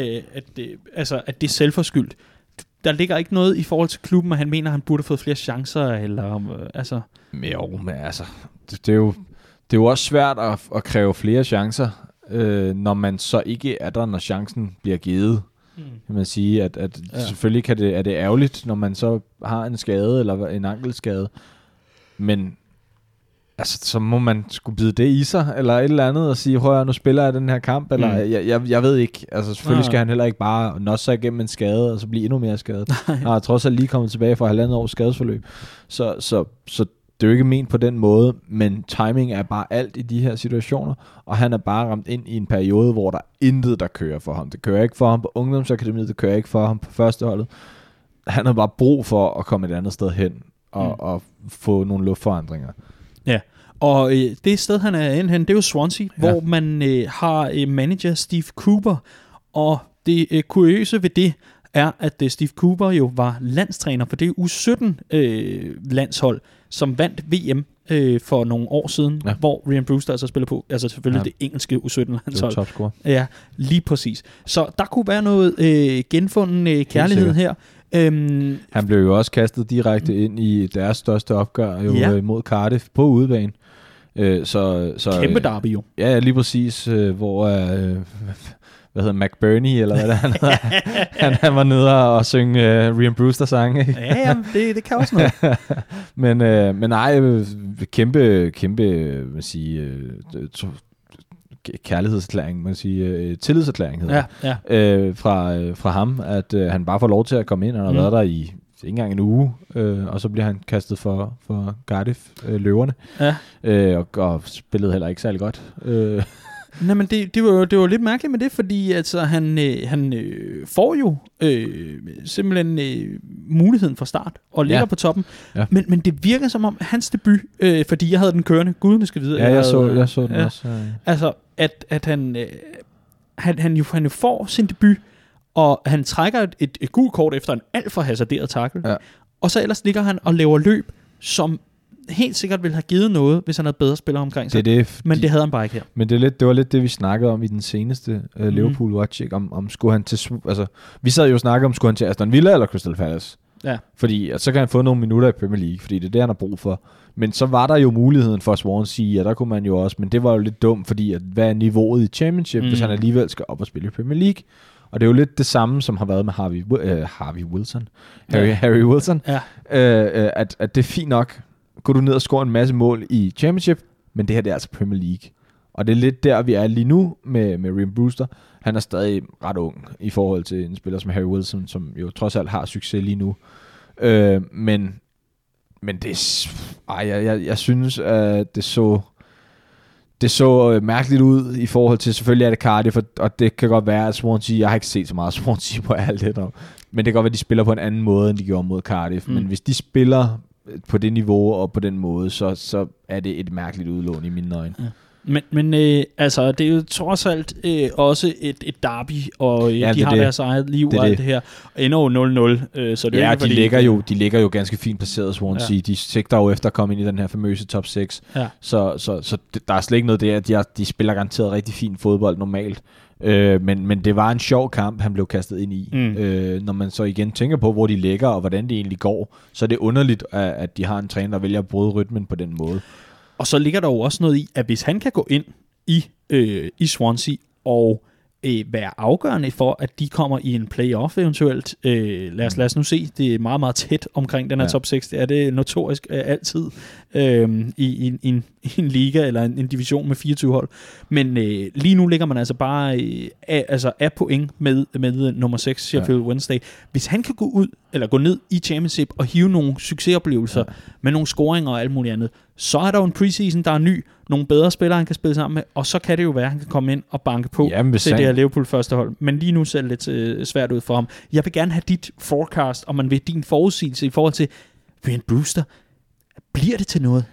at det er selvforskyldt? Der ligger ikke noget i forhold til klubben, og han mener, at han burde have fået flere chancer, eller altså... Jo, men altså, det er jo også svært at kræve flere chancer, når man så ikke er der, når chancen bliver givet. Kan man sige, at selvfølgelig er det ærgerligt, når man så har en skade eller en ankelskade, men altså, så må man skulle bide det i sig, eller et eller andet, og sige, hør, nu spiller jeg den her kamp, eller jeg ved ikke, altså selvfølgelig skal han heller ikke bare nosse sig igennem en skade, og så blive endnu mere skadet. Han har trods alt lige kommet tilbage fra 1,5 års skadesforløb, så det er jo ikke ment på den måde, men timing er bare alt i de her situationer, og han er bare ramt ind i en periode, hvor der intet, der kører for ham. Det kører ikke for ham på ungdomsakademiet, det kører ikke for ham på førsteholdet. Han har bare brug for at komme et andet sted hen, og få nogle luftforandringer. Ja, og det sted, han er inde hen, det er jo Swansea, hvor man har manager Steve Cooper, og det kuriøse ved det er, at Steve Cooper jo var landstræner for det U17-landshold, som vandt VM for nogle år siden, hvor Ryan Brewster altså spiller på, altså selvfølgelig det engelske U17-landshold. Det topscorer. Ja, lige præcis. Så der kunne være noget genfunden kærlighed her. Han blev jo også kastet direkte ind i deres største opgør mod Cardiff på udebane. Så kæmpe derby jo. Ja, lige præcis, hvor hvad hedder McBurney, eller hvad det er, han var nede og synge Ryan Brewster sange. Ja, det kan også noget. men nej, kæmpe man sige, kærlighedserklæring, man sige, tillidserklæring hedder fra ham, at han bare får lov til at komme ind. Han har været der i ikke engang en uge, og så bliver han kastet for Cardiff løverne, og spillede heller ikke særlig godt. Nej, men det var lidt mærkeligt med det, fordi altså, han får jo simpelthen muligheden fra start og ligger på toppen. Ja. Men det virker som om hans debut, fordi jeg havde den kørende, gudene skal vide. Ja, jeg så den også. Altså, at han jo får sin debut, og han trækker et gult kort efter en alt for hasarderet tackle. Ja. Og så ellers ligger han og laver løb, som helt sikkert ville have givet noget, hvis han havde bedre spillere omkring sig. Men det havde han bare ikke her. Men det var lidt det, vi snakkede om i den seneste Liverpool Watch, ikke? Om skulle han til... Altså, vi sad jo og snakkede om, skulle han til Aston Villa eller Crystal Palace? Ja. Fordi så kan han få nogle minutter i Premier League, fordi det er det, han har brug for. Men så var der jo muligheden for Swansea, og der kunne man jo også... Men det var jo lidt dumt, fordi at, hvad er niveauet i Championship, hvis han alligevel skal op og spille i Premier League? Og det er jo lidt det samme, som har været med Harry Wilson. Harry Wilson. Ja. At det er fint nok. Går du ned og scorer en masse mål i Championship, men det her det er altså Premier League. Og det er lidt der, vi er lige nu med Ryan Brewster. Han er stadig ret ung i forhold til en spiller som Harry Wilson, som jo trods alt har succes lige nu. Men det jeg synes, at det så mærkeligt ud i forhold til, selvfølgelig er det Cardiff, og det kan godt være, at Swansea, jeg har ikke set så meget Swansea på alt det der, men det kan godt være, at de spiller på en anden måde, end de gjorde mod Cardiff. Men hvis de spiller på det niveau og på den måde, så er det et mærkeligt udlån i mine øjne. Ja. Men altså, det er jo trods alt også et derby, og de har deres eget liv og alt det her. Ender 0-0, så det er ikke, de ligger jo ganske fint placeret, Swansea. Ja. De sigter jo efter at komme ind i den her famøse top 6. Ja. Så der er slet ikke noget der. De spiller garanteret rigtig fin fodbold normalt. Men det var en sjov kamp, han blev kastet ind i. Når man så igen tænker på, hvor de ligger, og hvordan det egentlig går, så er det underligt, at de har en træner, der vælger at bryde rytmen på den måde. Og så ligger der jo også noget i, at hvis han kan gå ind i Swansea og være afgørende for, at de kommer i en playoff eventuelt. Lad os nu se, det er meget, meget tæt omkring den her top 6. Det er det notorisk altid i en liga eller en division med 24 hold. Men lige nu ligger man altså bare af point med nummer 6, Sheffield Wednesday. Hvis han kan gå ned i championship og hive nogle succesoplevelser med nogle scoringer og alt muligt andet, så er der jo en preseason, der er ny, nogle bedre spillere, han kan spille sammen med, og så kan det jo være, at han kan komme ind og banke på til det her Liverpool første hold. Men lige nu ser det lidt svært ud for ham. Jeg vil gerne have dit forecast, om man vil din forudsigelse i forhold til Ryan Brewster. Bliver det til noget?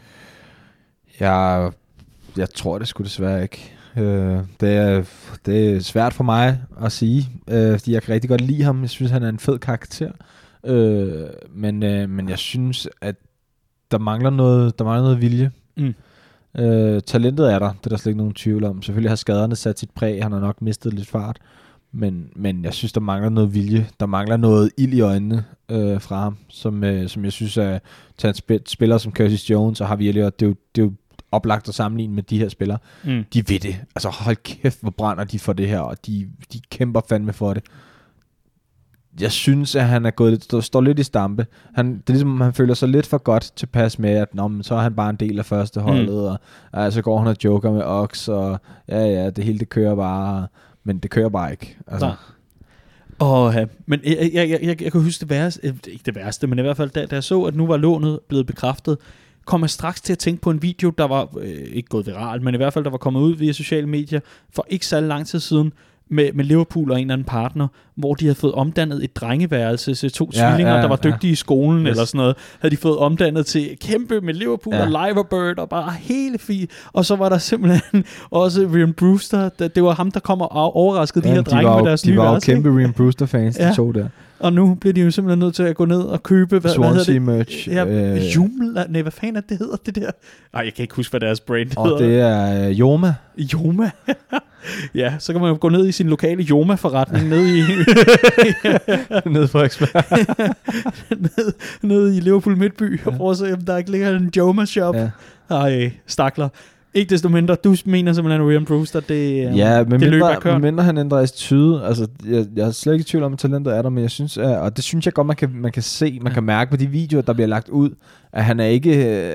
Jeg tror det sgu desværre ikke. Det er svært for mig at sige, fordi jeg kan rigtig godt lide ham. Jeg synes, han er en fed karakter. Men jeg synes, at der mangler noget vilje. Talentet er der, det er der slet ikke nogen tvivl om. Selvfølgelig har skaderne sat sit præg, han har nok mistet lidt fart, men jeg synes, der mangler noget vilje. Der mangler noget ild i øjnene fra ham, som jeg synes er til en spiller som Curtis Jones og Harvey Elliott. Det er jo oplagt at sammenligne med de her spillere. De ved det. Altså hold kæft, hvor brænder de for det her, og de kæmper fandme for det. Jeg synes, at han står lidt i stampe. Det er ligesom, han føler sig lidt for godt tilpas med, at så er han bare en del af første holdet, og så går han og joker med Ox, og det hele det kører bare, men det kører bare ikke. Altså. Men jeg kan huske det værste, ikke det værste, men i hvert fald, da jeg så, at nu var lånet blevet bekræftet, kom jeg straks til at tænke på en video, der var ikke gået viralt, men i hvert fald, der var kommet ud via sociale medier for ikke så lang tid siden, med Liverpool og en eller anden partner, hvor de havde fået omdannet et drengeværelse til 2 tvillinger, der var dygtige i skolen eller sådan noget, havde de fået omdannet til kæmpe med Liverpool og Liverbird og bare hele fint. Og så var der simpelthen også Ryan Brewster, det var ham, der kom og overraskede de her drenge med deres nye værelse. De var jo kæmpe Ryan Brewster-fans, de to der. Og nu bliver de jo simpelthen nødt til at gå ned og købe, Swansea merch. Joomla, nej, hvad fanden er det hedder det der? Nej, jeg kan ikke huske, hvad deres brand hedder. Og det er Joma. Joma. Ja, så kan man jo gå ned i sin lokale Joma-forretning nede i nede på Frederiksberg. nede i Liverpool Midtby og prøve at se, om der ikke ligger en Joma-shop. Ej, stakler. Ikke desto mindre, du mener simpelthen, at Ryan Brewster, det løber af køren. Mindre han ændrer attitude. Altså, jeg er slet ikke i tvivl om, at talentet er der, men jeg synes, og det synes jeg godt, man kan se, man kan mærke på de videoer, der bliver lagt ud, at han er ikke,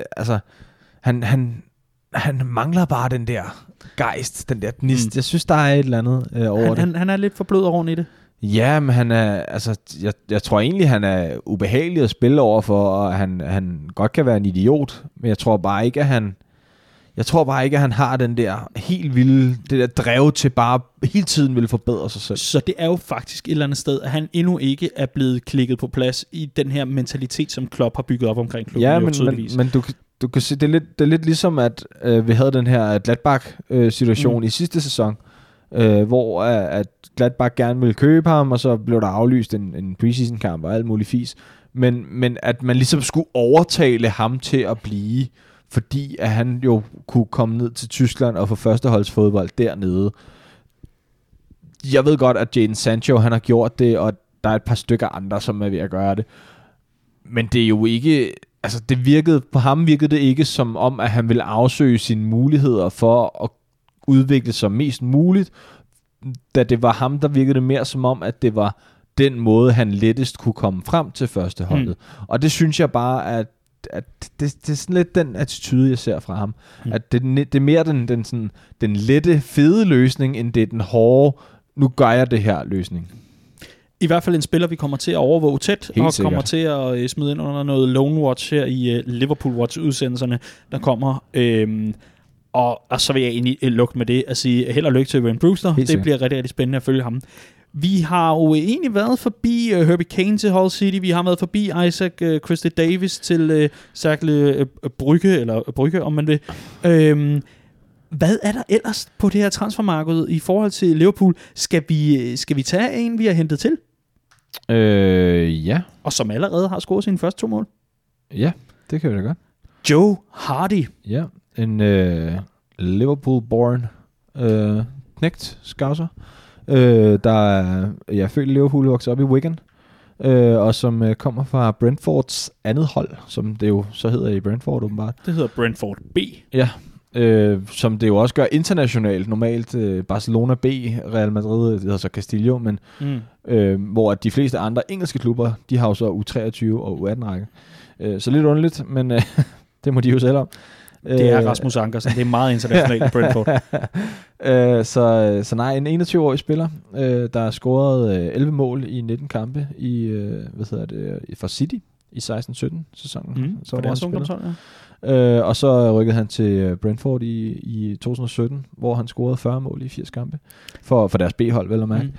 han mangler bare den der gejst, den der gnist. Jeg synes, der er et eller andet over det. Han er lidt for blød rundt i det. Ja, men han er, altså, jeg tror egentlig, han er ubehagelig at spille overfor, og han godt kan være en idiot, men jeg tror bare ikke, at han har den der helt vilde, det der drev til bare hele tiden vil forbedre sig selv. Så det er jo faktisk et eller andet sted, at han endnu ikke er blevet klikket på plads i den her mentalitet, som Klopp har bygget op omkring klubben. Ja, men du kan se, det er lidt ligesom, at vi havde den her Gladbach-situation i sidste sæson, hvor at Gladbach gerne ville købe ham, og så blev der aflyst en preseason-kamp og alt muligt fis. Men at man ligesom skulle overtale ham til at blive, fordi at han jo kunne komme ned til Tyskland og få førsteholdsfodbold dernede. Jeg ved godt, at Jadon Sancho, han har gjort det, og der er et par stykker andre, som er ved at gøre det. Men det er jo ikke, altså på ham virkede det ikke som om, at han ville afsøge sine muligheder for at udvikle sig mest muligt, da det var ham, der virkede det mere som om, at det var den måde, han lettest kunne komme frem til førsteholdet. Og det synes jeg bare, at det er sådan lidt den attitude, jeg ser fra ham. At det er mere den lette, fede løsning, end det er den hårde, nu gør jeg det her løsning. I hvert fald en spiller, vi kommer til at overvåge tæt, helt og sikkert. kommer til at smide ind under noget Lone Watch her i Liverpool Watch-udsendelserne, der kommer. Og så vil jeg egentlig lukke med det at sige held og lykke til Ryan Brewster. Det bliver rigtig, rigtig spændende at følge ham. Vi har jo egentlig været forbi Herbie Kane til Hull City. Vi har været forbi Isaac Christie Davis til Cercle Brygge, om man vil. Hvad er der ellers på det her transfermarked i forhold til Liverpool? Skal vi tage en, vi har hentet til? Ja. Og som allerede har scoret sine første 2 mål? Ja, det kan vi da godt. Joe Hardy. Ja, en Liverpool-born knægt scouser, der er født i Liverpool, vokset op i Wigan, og som kommer fra Brentfords andet hold, som det jo så hedder i Brentford åbenbart. Det hedder Brentford B. Ja, som det jo også gør internationalt. Normalt Barcelona B, Real Madrid, det hedder så Castillo, men hvor de fleste andre engelske klubber, de har jo så U23 og U18-række. Så lidt underligt, men det må de jo selv om. Det er Rasmus Ankersen, det er meget internationalt i Brentford. Så nej, en 21-årig spiller, der har scoret 11 mål i 19 kampe i, for City i 16-17 sæsonen. Så det er ungdomshold, og så rykkede han til Brentford i 2017, hvor han scorede 40 mål i 80 kampe for deres B-hold, vel at mærke.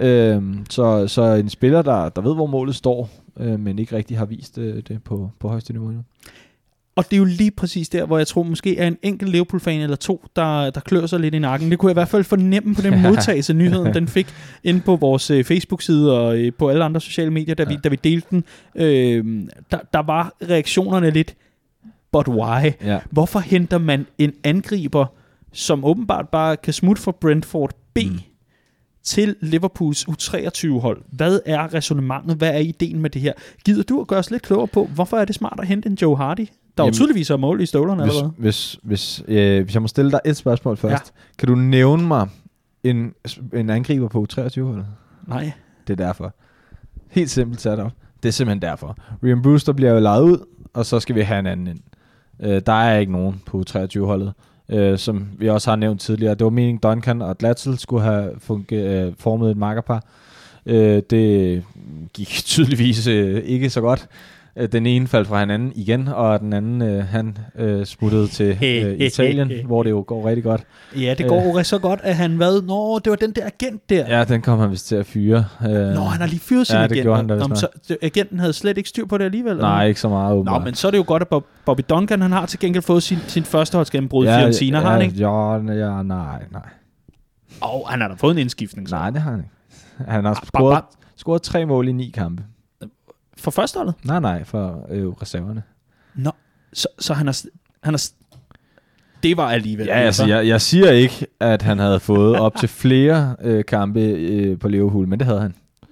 Så en spiller, der ved, hvor målet står, men ikke rigtig har vist det på højeste niveau nu. Og det er jo lige præcis der, hvor jeg tror måske er en enkelt Liverpool-fan eller to, der klør sig lidt i nakken. Det kunne jeg i hvert fald fornemme på den modtagelse, nyheden den fik inde på vores Facebook-side og på alle andre sociale medier, da vi delte den. Der var reaktionerne lidt, but why? Ja. Hvorfor henter man en angriber, som åbenbart bare kan smutte fra Brentford B til Liverpools U23-hold? Hvad er ræsonnementet? Hvad er ideen med det her? Gider du at gøre os lidt klogere på, hvorfor er det smart at hente en Joe Hardy? Der er jo tydeligvis er mål i støvlerne allerede. Hvis jeg må stille dig et spørgsmål først. Ja. Kan du nævne mig en angriber på U23-holdet? Nej. Det er derfor. Helt simpelt sat op. Det er simpelthen derfor. Ryan Brewster bliver jo lejet ud, og så skal vi have en anden ind. Der er ikke nogen på U23-holdet. Som vi også har nævnt tidligere. Det var meningen, Duncan og Glatzel skulle have formet et makkerpar. Det gik tydeligvis ikke så godt. Den ene faldt fra hinanden igen, og den anden han smuttede til Italien, hvor det jo går rigtig godt. Ja, det går jo så godt, at han det var den der agent der. Ja, den kom han vist til at fyre. Han har lige fyret sin agent. Det gjorde han så agenten havde slet ikke styr på det alligevel? Nej, ikke så meget. Nå, men så er det jo godt, at Bobby Duncan, han har til gengæld fået sin førsteholdsgennembrud i Fiorentina, har han ikke? Ja, nej. Han har da fået en indskiftning. Så. Nej, det har han ikke. Han har scoret 3 mål i 9 kampe. For førsteholdet? Nej, for reserverne. Nå, så han har det var alligevel. Ja, altså, jeg siger ikke, at han havde fået op til flere kampe på Liverpool, men det havde han.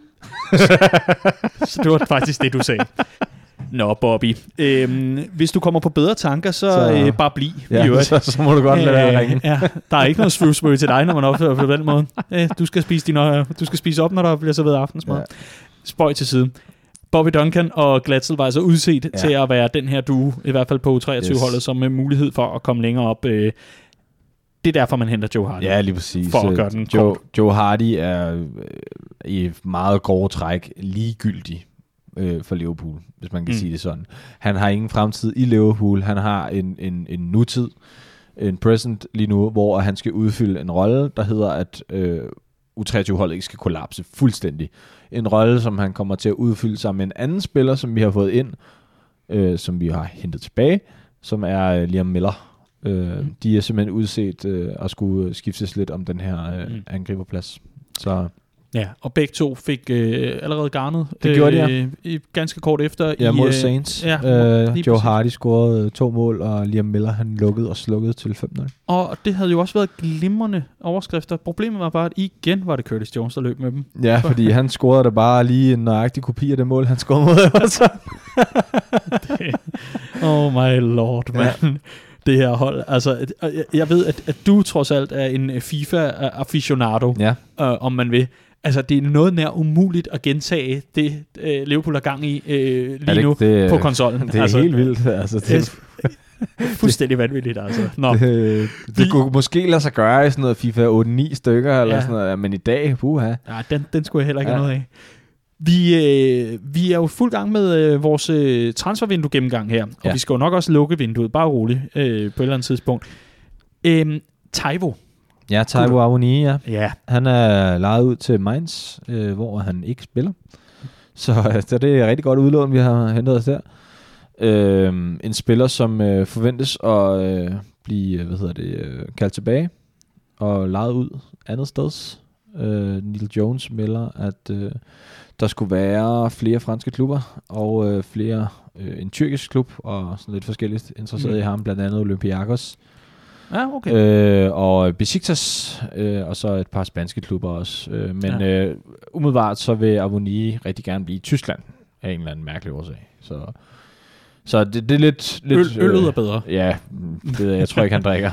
Så det var faktisk det, du sagde. Nå, Bobby. Hvis du kommer på bedre tanker, så bare bliv. Ja, så må du godt lade være at ringe. Ja, der er ikke noget svøvsmøg til dig, når man opfører på den måde. Du skal spise op, når der bliver serveret aftensmad. Ja. Spøj til side. Bobby Duncan og Glatzel var altså udset til at være den her duo, i hvert fald på U23-holdet, som med mulighed for at komme længere op. Det er derfor, man henter Joe Hardy. Ja, lige præcis. For at gøre den Joe Hardy er i meget grove træk ligegyldig for Liverpool, hvis man kan sige det sådan. Han har ingen fremtid i Liverpool. Han har en nutid, en present lige nu, hvor han skal udfylde en rolle, der hedder, at U23-holdet ikke skal kollapse fuldstændig. En rolle, som han kommer til at udfylde sammen med en anden spiller, som vi har fået ind, som vi har hentet tilbage, som er Liam Miller. De er simpelthen udset at skulle skiftes lidt om den her angriberplads. Så ja, og begge to fik allerede garnet. Det gjorde de, ja. Ganske kort efter. Ja, mod Saints. Joe Hardy scorede 2 mål, og Liam Miller, han lukkede og slukkede til 5-0. Og det havde jo også været glimrende overskrifter. Problemet var bare, at igen var det Curtis Jones, der løb med dem. Ja, fordi han scorede da bare lige en nøjagtig kopi af det mål, han scorede mod også. Oh my lord, man. Ja. Det her hold. Altså, jeg ved, at du trods alt er en FIFA-aficionado, om man vil. Altså, det er noget nær umuligt at gentage det, Liverpool er gang i lige nu på konsollen. Det er helt vildt. Altså, det fuldstændig vanvittigt, altså. Det kunne måske lade sig gøre i sådan noget FIFA 8-9 stykker, eller sådan noget, men i dag, puha. Ja, den skulle jeg heller ikke have noget af. Vi er jo fuld gang med vores transfervindue-gennemgang her, og vi skal jo nok også lukke vinduet, bare roligt, på et eller andet tidspunkt. Taiwo. Ja, Taiwo Awoniyi, ja. Han er lejet ud til Mainz, hvor han ikke spiller. Så det er rigtig godt udlån, vi har hentet os der. En spiller, som forventes at blive kaldt tilbage og lejet ud andet sted. Neil Jones melder, at der skulle være flere franske klubber og en tyrkisk klub og sådan lidt forskelligt interesseret i ham, blandt andet Olympiakos. Ja, okay. Og Besiktas, og så et par spanske klubber også. Men umiddelbart så vil Awoniyi rigtig gerne blive i Tyskland af en eller anden mærkelig årsag. Så Så det er lidt Øllet er bedre. Ja, det, jeg tror ikke, han drikker.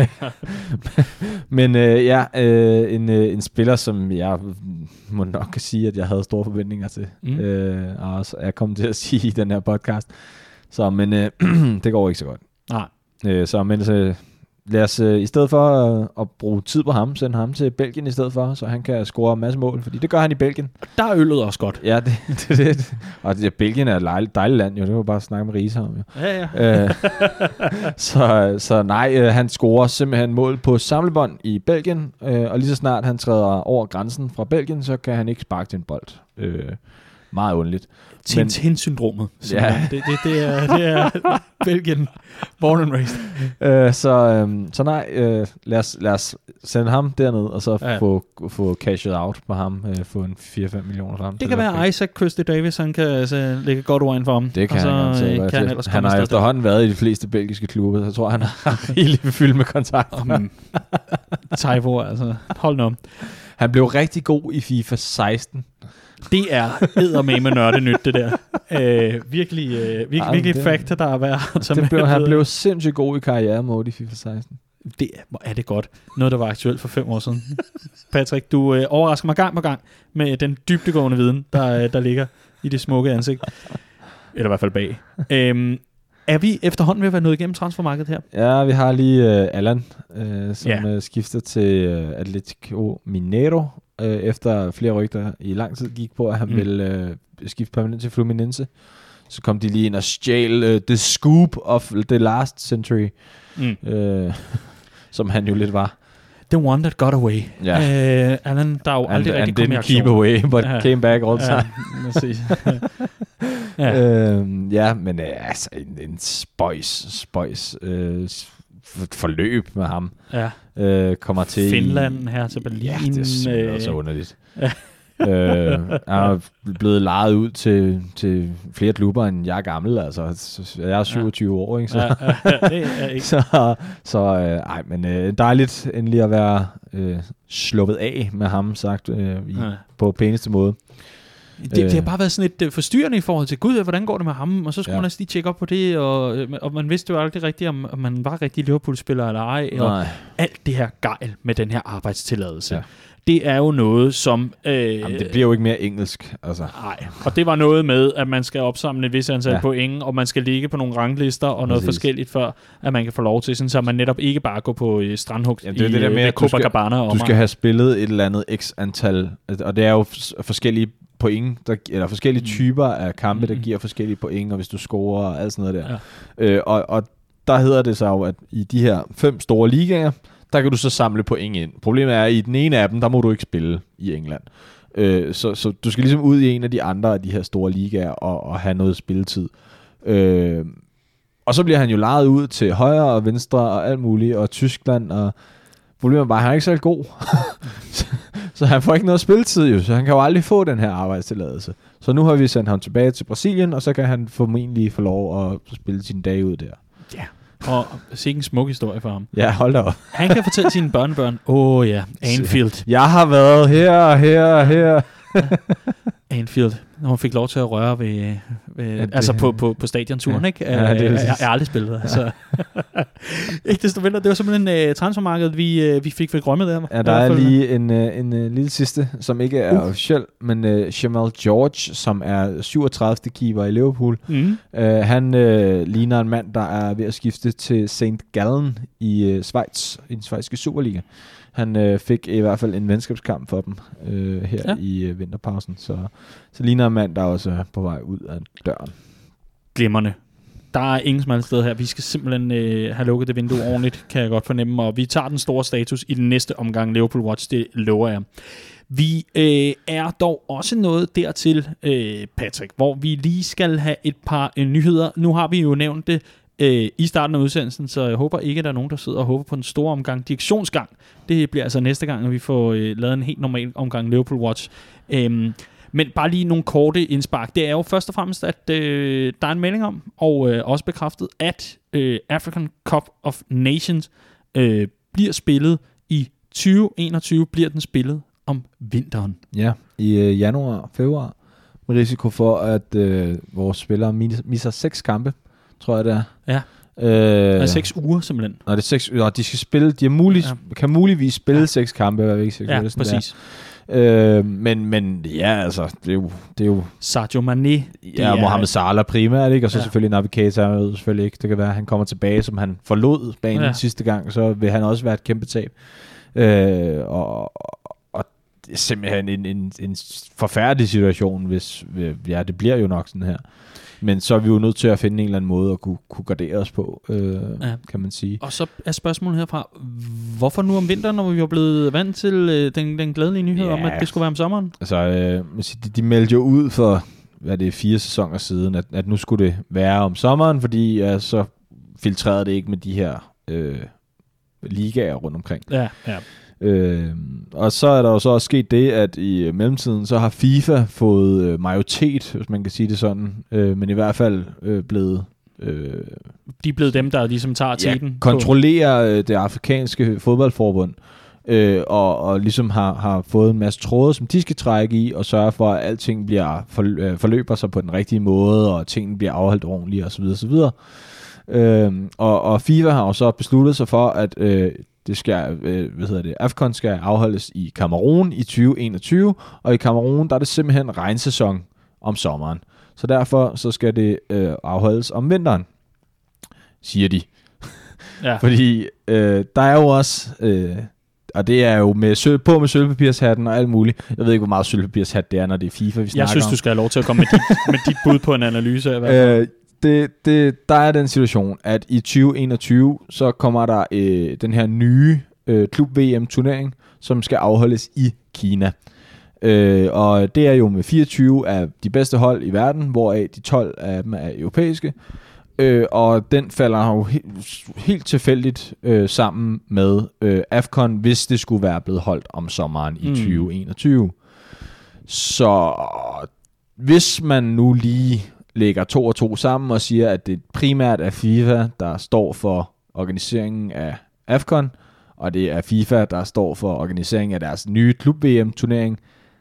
Men en spiller, som jeg må nok kan sige, at jeg havde store forventninger til. Og også er kommet til at sige i den her podcast. Så, men det går ikke så godt. Nej. Så lad os i stedet for at bruge tid på ham, sende ham til Belgien i stedet for, så han kan score en masse mål, fordi det gør han i Belgien. Der er øllet også godt. Ja, det. Og Belgien er et dejligt land, jo. Det var bare at snakke med Riese om, jo. Ja. Så nej, han scorer simpelthen mål på samlebånd i Belgien, og lige så snart han træder over grænsen fra Belgien, så kan han ikke sparke til en bold. Meget underligt. Tintin-syndromet. Ja. Det er Belgien. Born and raised. Så nej, lad os sende ham derned, og så få cashet out på ham, få en 4-5 millioner fra ham. Det kan være Isaac Christie Davis, han kan lægge godt ord for ham. Det kan han har efterhånden været i de fleste belgiske klubber, så jeg tror, han har rigeligt fyldt med kontrakter. Taivo, altså. Hold nu. Han blev rigtig god i FIFA 16. Det er eddermame nørdenyt, det der. Virkelig fakta, der er værd. Han blev sindssygt god i karrieremode i FIFA 16. Det er det godt. Noget, der var aktuelt for 5 år siden. Patrick, du overrasker mig gang på gang med den dybdegående viden, der ligger i det smukke ansigt. Eller i hvert fald bag. Er vi efterhånden ved at være nået igennem transfermarkedet her? Ja, vi har lige Allan, som skifter til Atletico Mineiro, efter flere rygter i lang tid gik på, at han ville skifte permanent til Fluminense. Så kom de lige ind og stjæl the scoop of the last century, som han jo lidt var. The one that got away. Yeah. Allan, der er jo aldrig rigtig kommet i aktion. Keep away, but came back all the time. Men altså en spøjs forløb med ham. Ja. Kommer til Finland her til Berlin. Ja, det er så underligt. Jeg er blevet lejet ud til flere klubber, end jeg er gammel. Altså, jeg er 27 år, ikke? Så, men dejligt endelig at være sluppet af med ham, sagt på pæneste måde. Det har bare været sådan lidt forstyrrende i forhold til, gud, hvordan går det med ham? Og så skulle man også lige tjekke op på det, og man vidste jo aldrig rigtigt, om man var rigtig Liverpool-spiller eller ej. Og alt det her gejl med den her arbejdstilladelse. Ja. Det er jo noget, som... Jamen, det bliver jo ikke mere engelsk. Altså. Nej, og det var noget med, at man skal opsamle et vis antal point, og man skal ligge på nogle ranglister og noget forskelligt, før at man kan få lov til, sådan, så man netop ikke bare går på strandhug i det der med, Copacabana. Du skal have spillet et eller andet x antal, og det er jo forskellige point, eller forskellige typer af kampe, der giver forskellige point, og hvis du scorer og alt sådan noget der. Ja. Og der hedder det så jo, at i de her 5 store ligaer, der kan du så samle point ind. Problemet er, at i den ene af dem, der må du ikke spille i England. Så du skal ligesom ud i en af de andre af de her store ligaer og have noget spilletid. Og så bliver han jo lejet ud til højre og venstre og alt muligt, og Tyskland, og problemet er, at han er ikke så god. Så han får ikke noget spilletid jo, så han kan jo aldrig få den her arbejdstilladelse. Så nu har vi sendt ham tilbage til Brasilien, og så kan han formentlig få lov at spille sine dage ud der. Ja. Og sikke en smuk historie for ham. Ja, hold da op. Han kan fortælle sine børnebørn, Anfield. Jeg har været her. Anfield, når hun fik lov til at røre ved altså på stadionturen, ikke? Jeg har aldrig spillet, altså. Ikke desto mindre, det var simpelthen transfermarkedet, vi fik rømmet der. Ja, der er lige en lille sidste, som ikke er officiel, men Jamal George, som er 37. keeper i Liverpool. Han ligner en mand, der er ved at skifte til St. Gallen i Schweiz, i den schweiziske Superliga. Han fik i hvert fald en venskabskamp for dem her i vinterpausen. Så ligner en mand, der også er på vej ud af døren. Glimrende. Der er ingen smalle sted her. Vi skal simpelthen have lukket det vindue ordentligt, kan jeg godt fornemme. Og vi tager den store status i den næste omgang Liverpool Watch, det lover jeg. Vi er dog også nået dertil, Patrick, hvor vi lige skal have et par nyheder. Nu har vi jo nævnt det i starten af udsendelsen, så jeg håber ikke, at der er nogen, der sidder og håber på en stor omgang direktionsgang. Det bliver altså næste gang, at vi får lavet en helt normal omgang Liverpool Watch. Men bare lige nogle korte indspark. Det er jo først og fremmest, at der er en melding om, og også bekræftet, at African Cup of Nations bliver spillet i 2021, bliver den spillet om vinteren. Ja, i januar, februar, med risiko for, at vores spillere misser 6 kampe. tror jeg det er. Ja. 6 uger simpelthen. Nå, det er 6. Nå, de skal spille. Kan muligvis spille 6 kampe, jeg ved ikke. Ja, præcis. Men ja, altså, det er jo Sadio Mané. Ja, Mohamed Salah primært, ikke? Og så selvfølgelig Naby Keita, selvfølgelig ikke. Det kan være, at han kommer tilbage, som han forlod banen sidste gang, så vil han også være et kæmpe tab. Og det er simpelthen en forfærdelig situation, hvis det bliver jo nok sådan her. Men så er vi jo nødt til at finde en eller anden måde at kunne gardere os på, kan man sige. Og så er spørgsmålet herfra, hvorfor nu om vinteren, når vi var blevet vant til den glædelige nyhed om, at det skulle være om sommeren? Altså, de meldte jo ud for, 4 sæsoner siden, at nu skulle det være om sommeren, fordi så filtrerede det ikke med de her ligaer rundt omkring. Ja. Og så er der jo så også sket det, at i mellemtiden, så har FIFA fået majoritet, hvis man kan sige det sådan, men i hvert fald blevet... de er blevet dem, der ligesom tager teten. Kontrollerer det afrikanske fodboldforbund, og ligesom har fået en masse tråde, som de skal trække i, og sørge for, at alting bliver forløber sig på den rigtige måde, og tingene bliver afholdt ordentligt, osv. osv. Og FIFA har jo så besluttet sig for, at det skal, AFCON skal afholdes i Kamerun i 2021, og i Kamerun, der er det simpelthen regnsæson om sommeren. Så derfor så skal det afholdes om vinteren, siger de. Ja. Fordi der er jo også, og det er jo med sølvpapirshatten og alt muligt. Jeg ved ikke, hvor meget sølvpapirshat det er, når det er FIFA, vi snakker om. Jeg synes, du skal have lov til at komme med dit bud på en analyse. Der er den situation, at i 2021, så kommer der den her nye klub-VM-turnering, som skal afholdes i Kina. Og det er jo med 24 af de bedste hold i verden, hvoraf de 12 af dem er europæiske. Og den falder jo helt tilfældigt sammen med AFCON, hvis det skulle være blevet holdt om sommeren i 2021. Så hvis man nu lige lægger 2 og 2 sammen og siger, at det primært er FIFA, der står for organiseringen af AFCON, og det er FIFA, der står for organiseringen af deres nye klub-VM-turnering,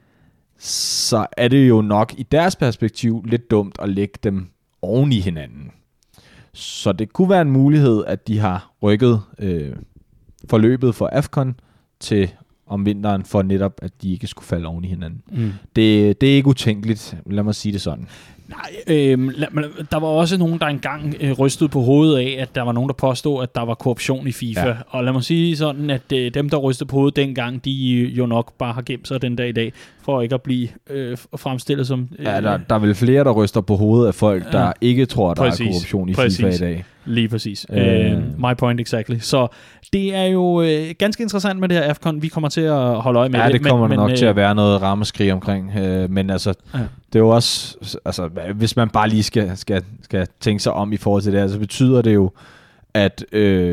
så er det jo nok i deres perspektiv lidt dumt at lægge dem oven i hinanden. Så det kunne være en mulighed, at de har rykket forløbet for AFCON til om vinteren, for netop, at de ikke skulle falde oven i hinanden. Det er ikke utænkeligt, lad mig sige det sådan. Nej, der var også nogen, der engang rystede på hovedet af, at der var nogen, der påstod, at der var korruption i FIFA. Ja. Og lad mig sige sådan, at dem, der rystede på hovedet dengang, de jo nok bare har gemt sig den dag i dag, for ikke at blive fremstillet som... Ja, der er vel flere, der ryster på hovedet af folk, der ikke tror, der er korruption i FIFA i dag. Lige præcis. My point exactly. Så det er jo ganske interessant med det her AFCON. Vi kommer til at holde øje med det. Ja, det kommer nok til at være noget ramaskrig omkring. Men altså, det er jo også... Altså, hvis man bare lige skal tænke sig om i forhold til det, så betyder det jo, at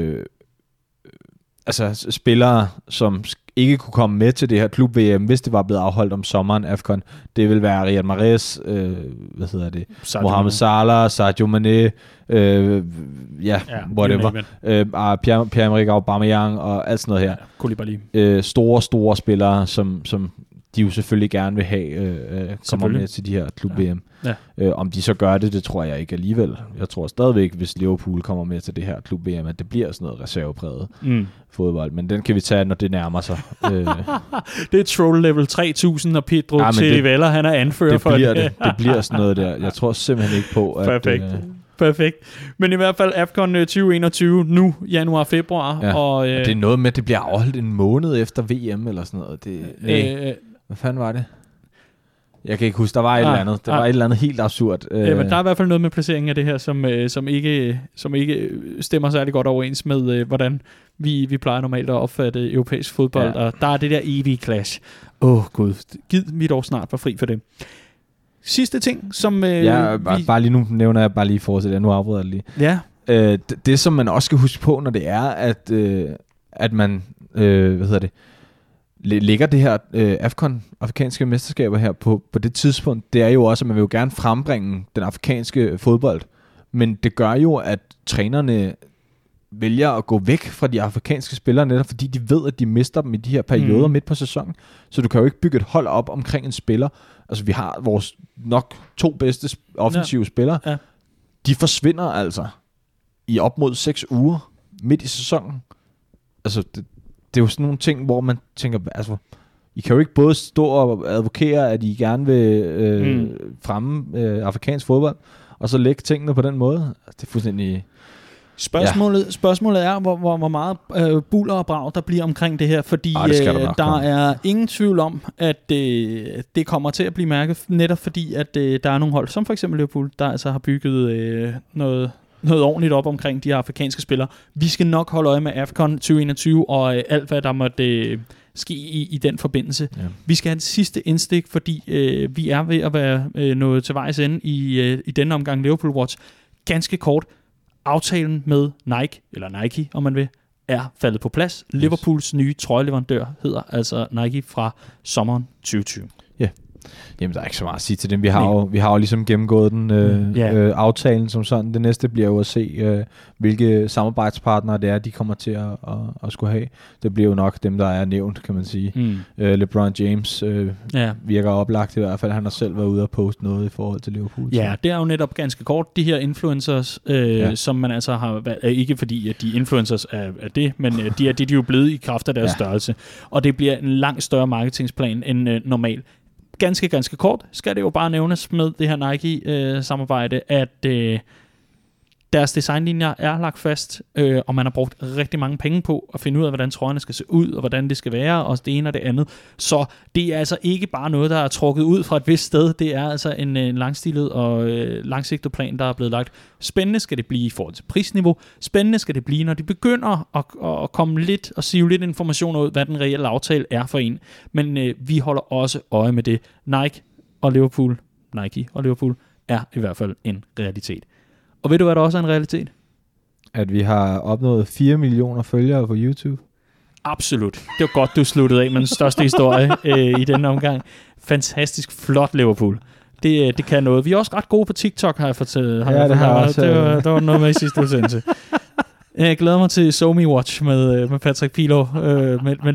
spillere, som ikke kunne komme med til det her klub-VM, hvis det var blevet afholdt om sommeren, AFCON, det vil være Riyad Mahrez, Mohamed Salah, Sadio Mané, whatever, Pierre-Emerick Aubameyang og alt sådan noget her. Koulibaly. Store spillere, som de jo selvfølgelig gerne vil have kommer med til de her klub-VM. Ja. Om de så gør det tror jeg ikke alligevel. Jeg tror stadigvæk, hvis Liverpool kommer med til det her klub-VM, at det bliver sådan noget reservepræget fodbold. Men den kan vi tage, når det nærmer sig. Det er troll level 3000, og Pedro Chirivella, han er anfører for det. Det bliver sådan noget der. Jeg tror simpelthen ikke på, at... Perfekt. Men i hvert fald AFCON 2021, nu januar, februar. Ja. Og det er noget med, at det bliver afholdt en måned efter VM eller sådan noget. Hvad fanden var det? Jeg kan ikke huske, der var et eller andet. Der var et eller andet helt absurd. Ja, men der er i hvert fald noget med placeringen af det her, som ikke stemmer særlig godt overens med, hvordan vi plejer normalt at opfatte europæisk fodbold. Ja. Og der er det der evige clash. Gud, gid vi dog snart var fri for det. Sidste ting, som... bare lige nu nævner jeg bare lige for til det. Nu afbryder jeg lige. Ja. Det, som man også skal huske på, når det er, at man... ligger det her AFCON, afrikanske mesterskaber her på det tidspunkt, det er jo også, at man vil jo gerne frembringe den afrikanske fodbold. Men det gør jo, at trænerne vælger at gå væk fra de afrikanske spillere, netop fordi de ved, at de mister dem i de her perioder midt på sæsonen. Så du kan jo ikke bygge et hold op omkring en spiller. Altså vi har vores nok 2 bedste offensive spillere. Ja. De forsvinder altså i op mod 6 uger midt i sæsonen. Altså, det er jo sådan nogle ting, hvor man tænker, altså, I kan jo ikke både stå og advokere, at I gerne vil fremme afrikansk fodbold, og så lægge tingene på den måde. Altså, det er fuldstændig... Spørgsmålet er, hvor meget buller og brag der bliver omkring det her, fordi der er ingen tvivl om, at det kommer til at blive mærket, netop fordi, at der er nogle hold, som for eksempel Liverpool, der altså har bygget noget ordentligt op omkring de her afrikanske spillere. Vi skal nok holde øje med AFCON 2021 og alt, hvad der måtte ske i den forbindelse. Ja. Vi skal have det sidste indstik, fordi vi er ved at være nået til vejs ende i denne omgang Liverpool Watch. Ganske kort. Aftalen med Nike, om man vil, er faldet på plads. Yes. Liverpools nye trøjeleverandør hedder altså Nike fra sommeren 2020. Ja. Jamen, der er ikke så meget at sige til dem. Vi har jo ligesom gennemgået den aftalen som sådan. Det næste bliver jo at se, hvilke samarbejdspartnere det er, de kommer til at skulle have. Det bliver jo nok dem, der er nævnt, kan man sige. LeBron James virker oplagt i hvert fald. Han har selv været ude og poste noget i forhold til Liverpool. Ja, det er jo netop ganske kort. De her influencers, som man altså har... Ikke fordi, at de influencers er det, men de er jo blevet i kraft af deres størrelse. Og det bliver en langt større marketingsplan end normalt. Ganske kort skal det jo bare nævnes med det her Nike-samarbejde, at deres designlinjer er lagt fast, og man har brugt rigtig mange penge på at finde ud af, hvordan trøjerne skal se ud, og hvordan det skal være, og det ene og det andet. Så det er altså ikke bare noget, der er trukket ud fra et vist sted. Det er altså en langstilet og langsigtet plan, der er blevet lagt. Spændende skal det blive i forhold til prisniveau. Spændende skal det blive, når de begynder at komme lidt og sive lidt information ud, hvad den reelle aftale er for en. Men vi holder også øje med det. Nike og Liverpool er i hvert fald en realitet. Og ved du, hvad der også er en realitet? At vi har opnået 4 millioner følgere på YouTube. Absolut. Det var godt, du sluttede af med den største historie i denne omgang. Fantastisk flot Liverpool. Det kan noget. Vi er også ret gode på TikTok, har jeg fortalt. Det har også. Der var noget med i sidste udsendelse. Jeg glæder mig til SoMe Watch med Patrick Pilov med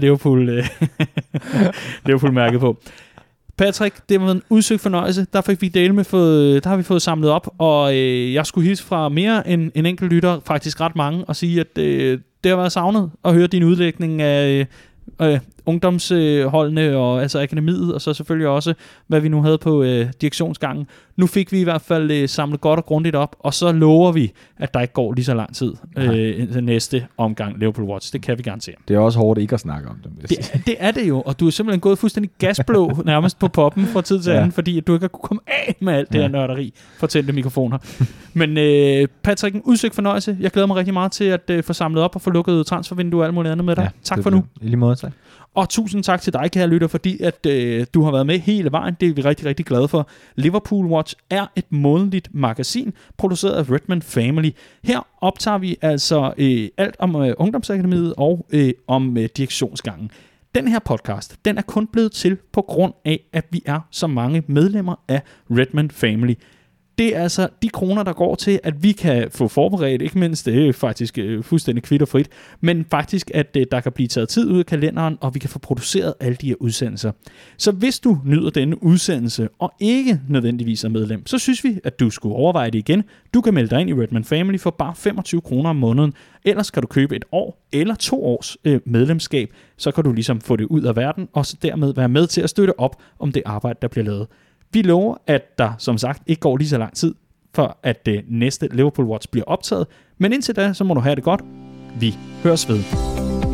Liverpool-mærket på. Patrick, det var en udsøgt fornøjelse. Der har vi fået samlet op, og jeg skulle hilse fra mere end en enkelt lytter, faktisk ret mange, og sige, at det har været savnet at høre din udlægning af ungdomsholdene og altså akademiet, og så selvfølgelig også, hvad vi nu havde på direktionsgangen. Nu fik vi i hvert fald samlet godt og grundigt op, og så lover vi, at der ikke går lige så lang tid den næste omgang Liverpool Watch. Det kan vi garantere. Det er også hårdt ikke at snakke om dem. Det er det jo, og du er simpelthen gået fuldstændig gasblå nærmest på poppen fra tid til anden, fordi du ikke har kunne komme af med alt det her nørderi for tændte mikrofoner. Men Patrick, en udsøgt fornøjelse. Jeg glæder mig rigtig meget til at få samlet op og få lukket transfervindue og alt muligt andet med dig. Ja, tak for nu. I lige måde, tak. Og tusind tak til dig, kære lytter, fordi at du har været med hele vejen. Det er vi rigtig, rigtig glade for. Liverpool Watch er et månedligt magasin, produceret af Redman Family. Her optager vi altså alt om Ungdomsakademiet og om direktionsgangen. Den her podcast, den er kun blevet til på grund af, at vi er så mange medlemmer af Redman Family. Det er altså de kroner, der går til, at vi kan få forberedt, ikke mindst det er faktisk fuldstændig kvitterfrit, men faktisk, at der kan blive taget tid ud af kalenderen, og vi kan få produceret alle de her udsendelser. Så hvis du nyder denne udsendelse, og ikke nødvendigvis er medlem, så synes vi, at du skulle overveje det igen. Du kan melde dig ind i Redman Family for bare 25 kroner om måneden. Ellers kan du købe et år eller 2 års medlemskab, så kan du ligesom få det ud af verden, og så dermed være med til at støtte op om det arbejde, der bliver lavet. Vi lover, at der som sagt ikke går lige så lang tid, for at det næste Liverpool Watch bliver optaget. Men indtil da, så må du have det godt. Vi høres ved.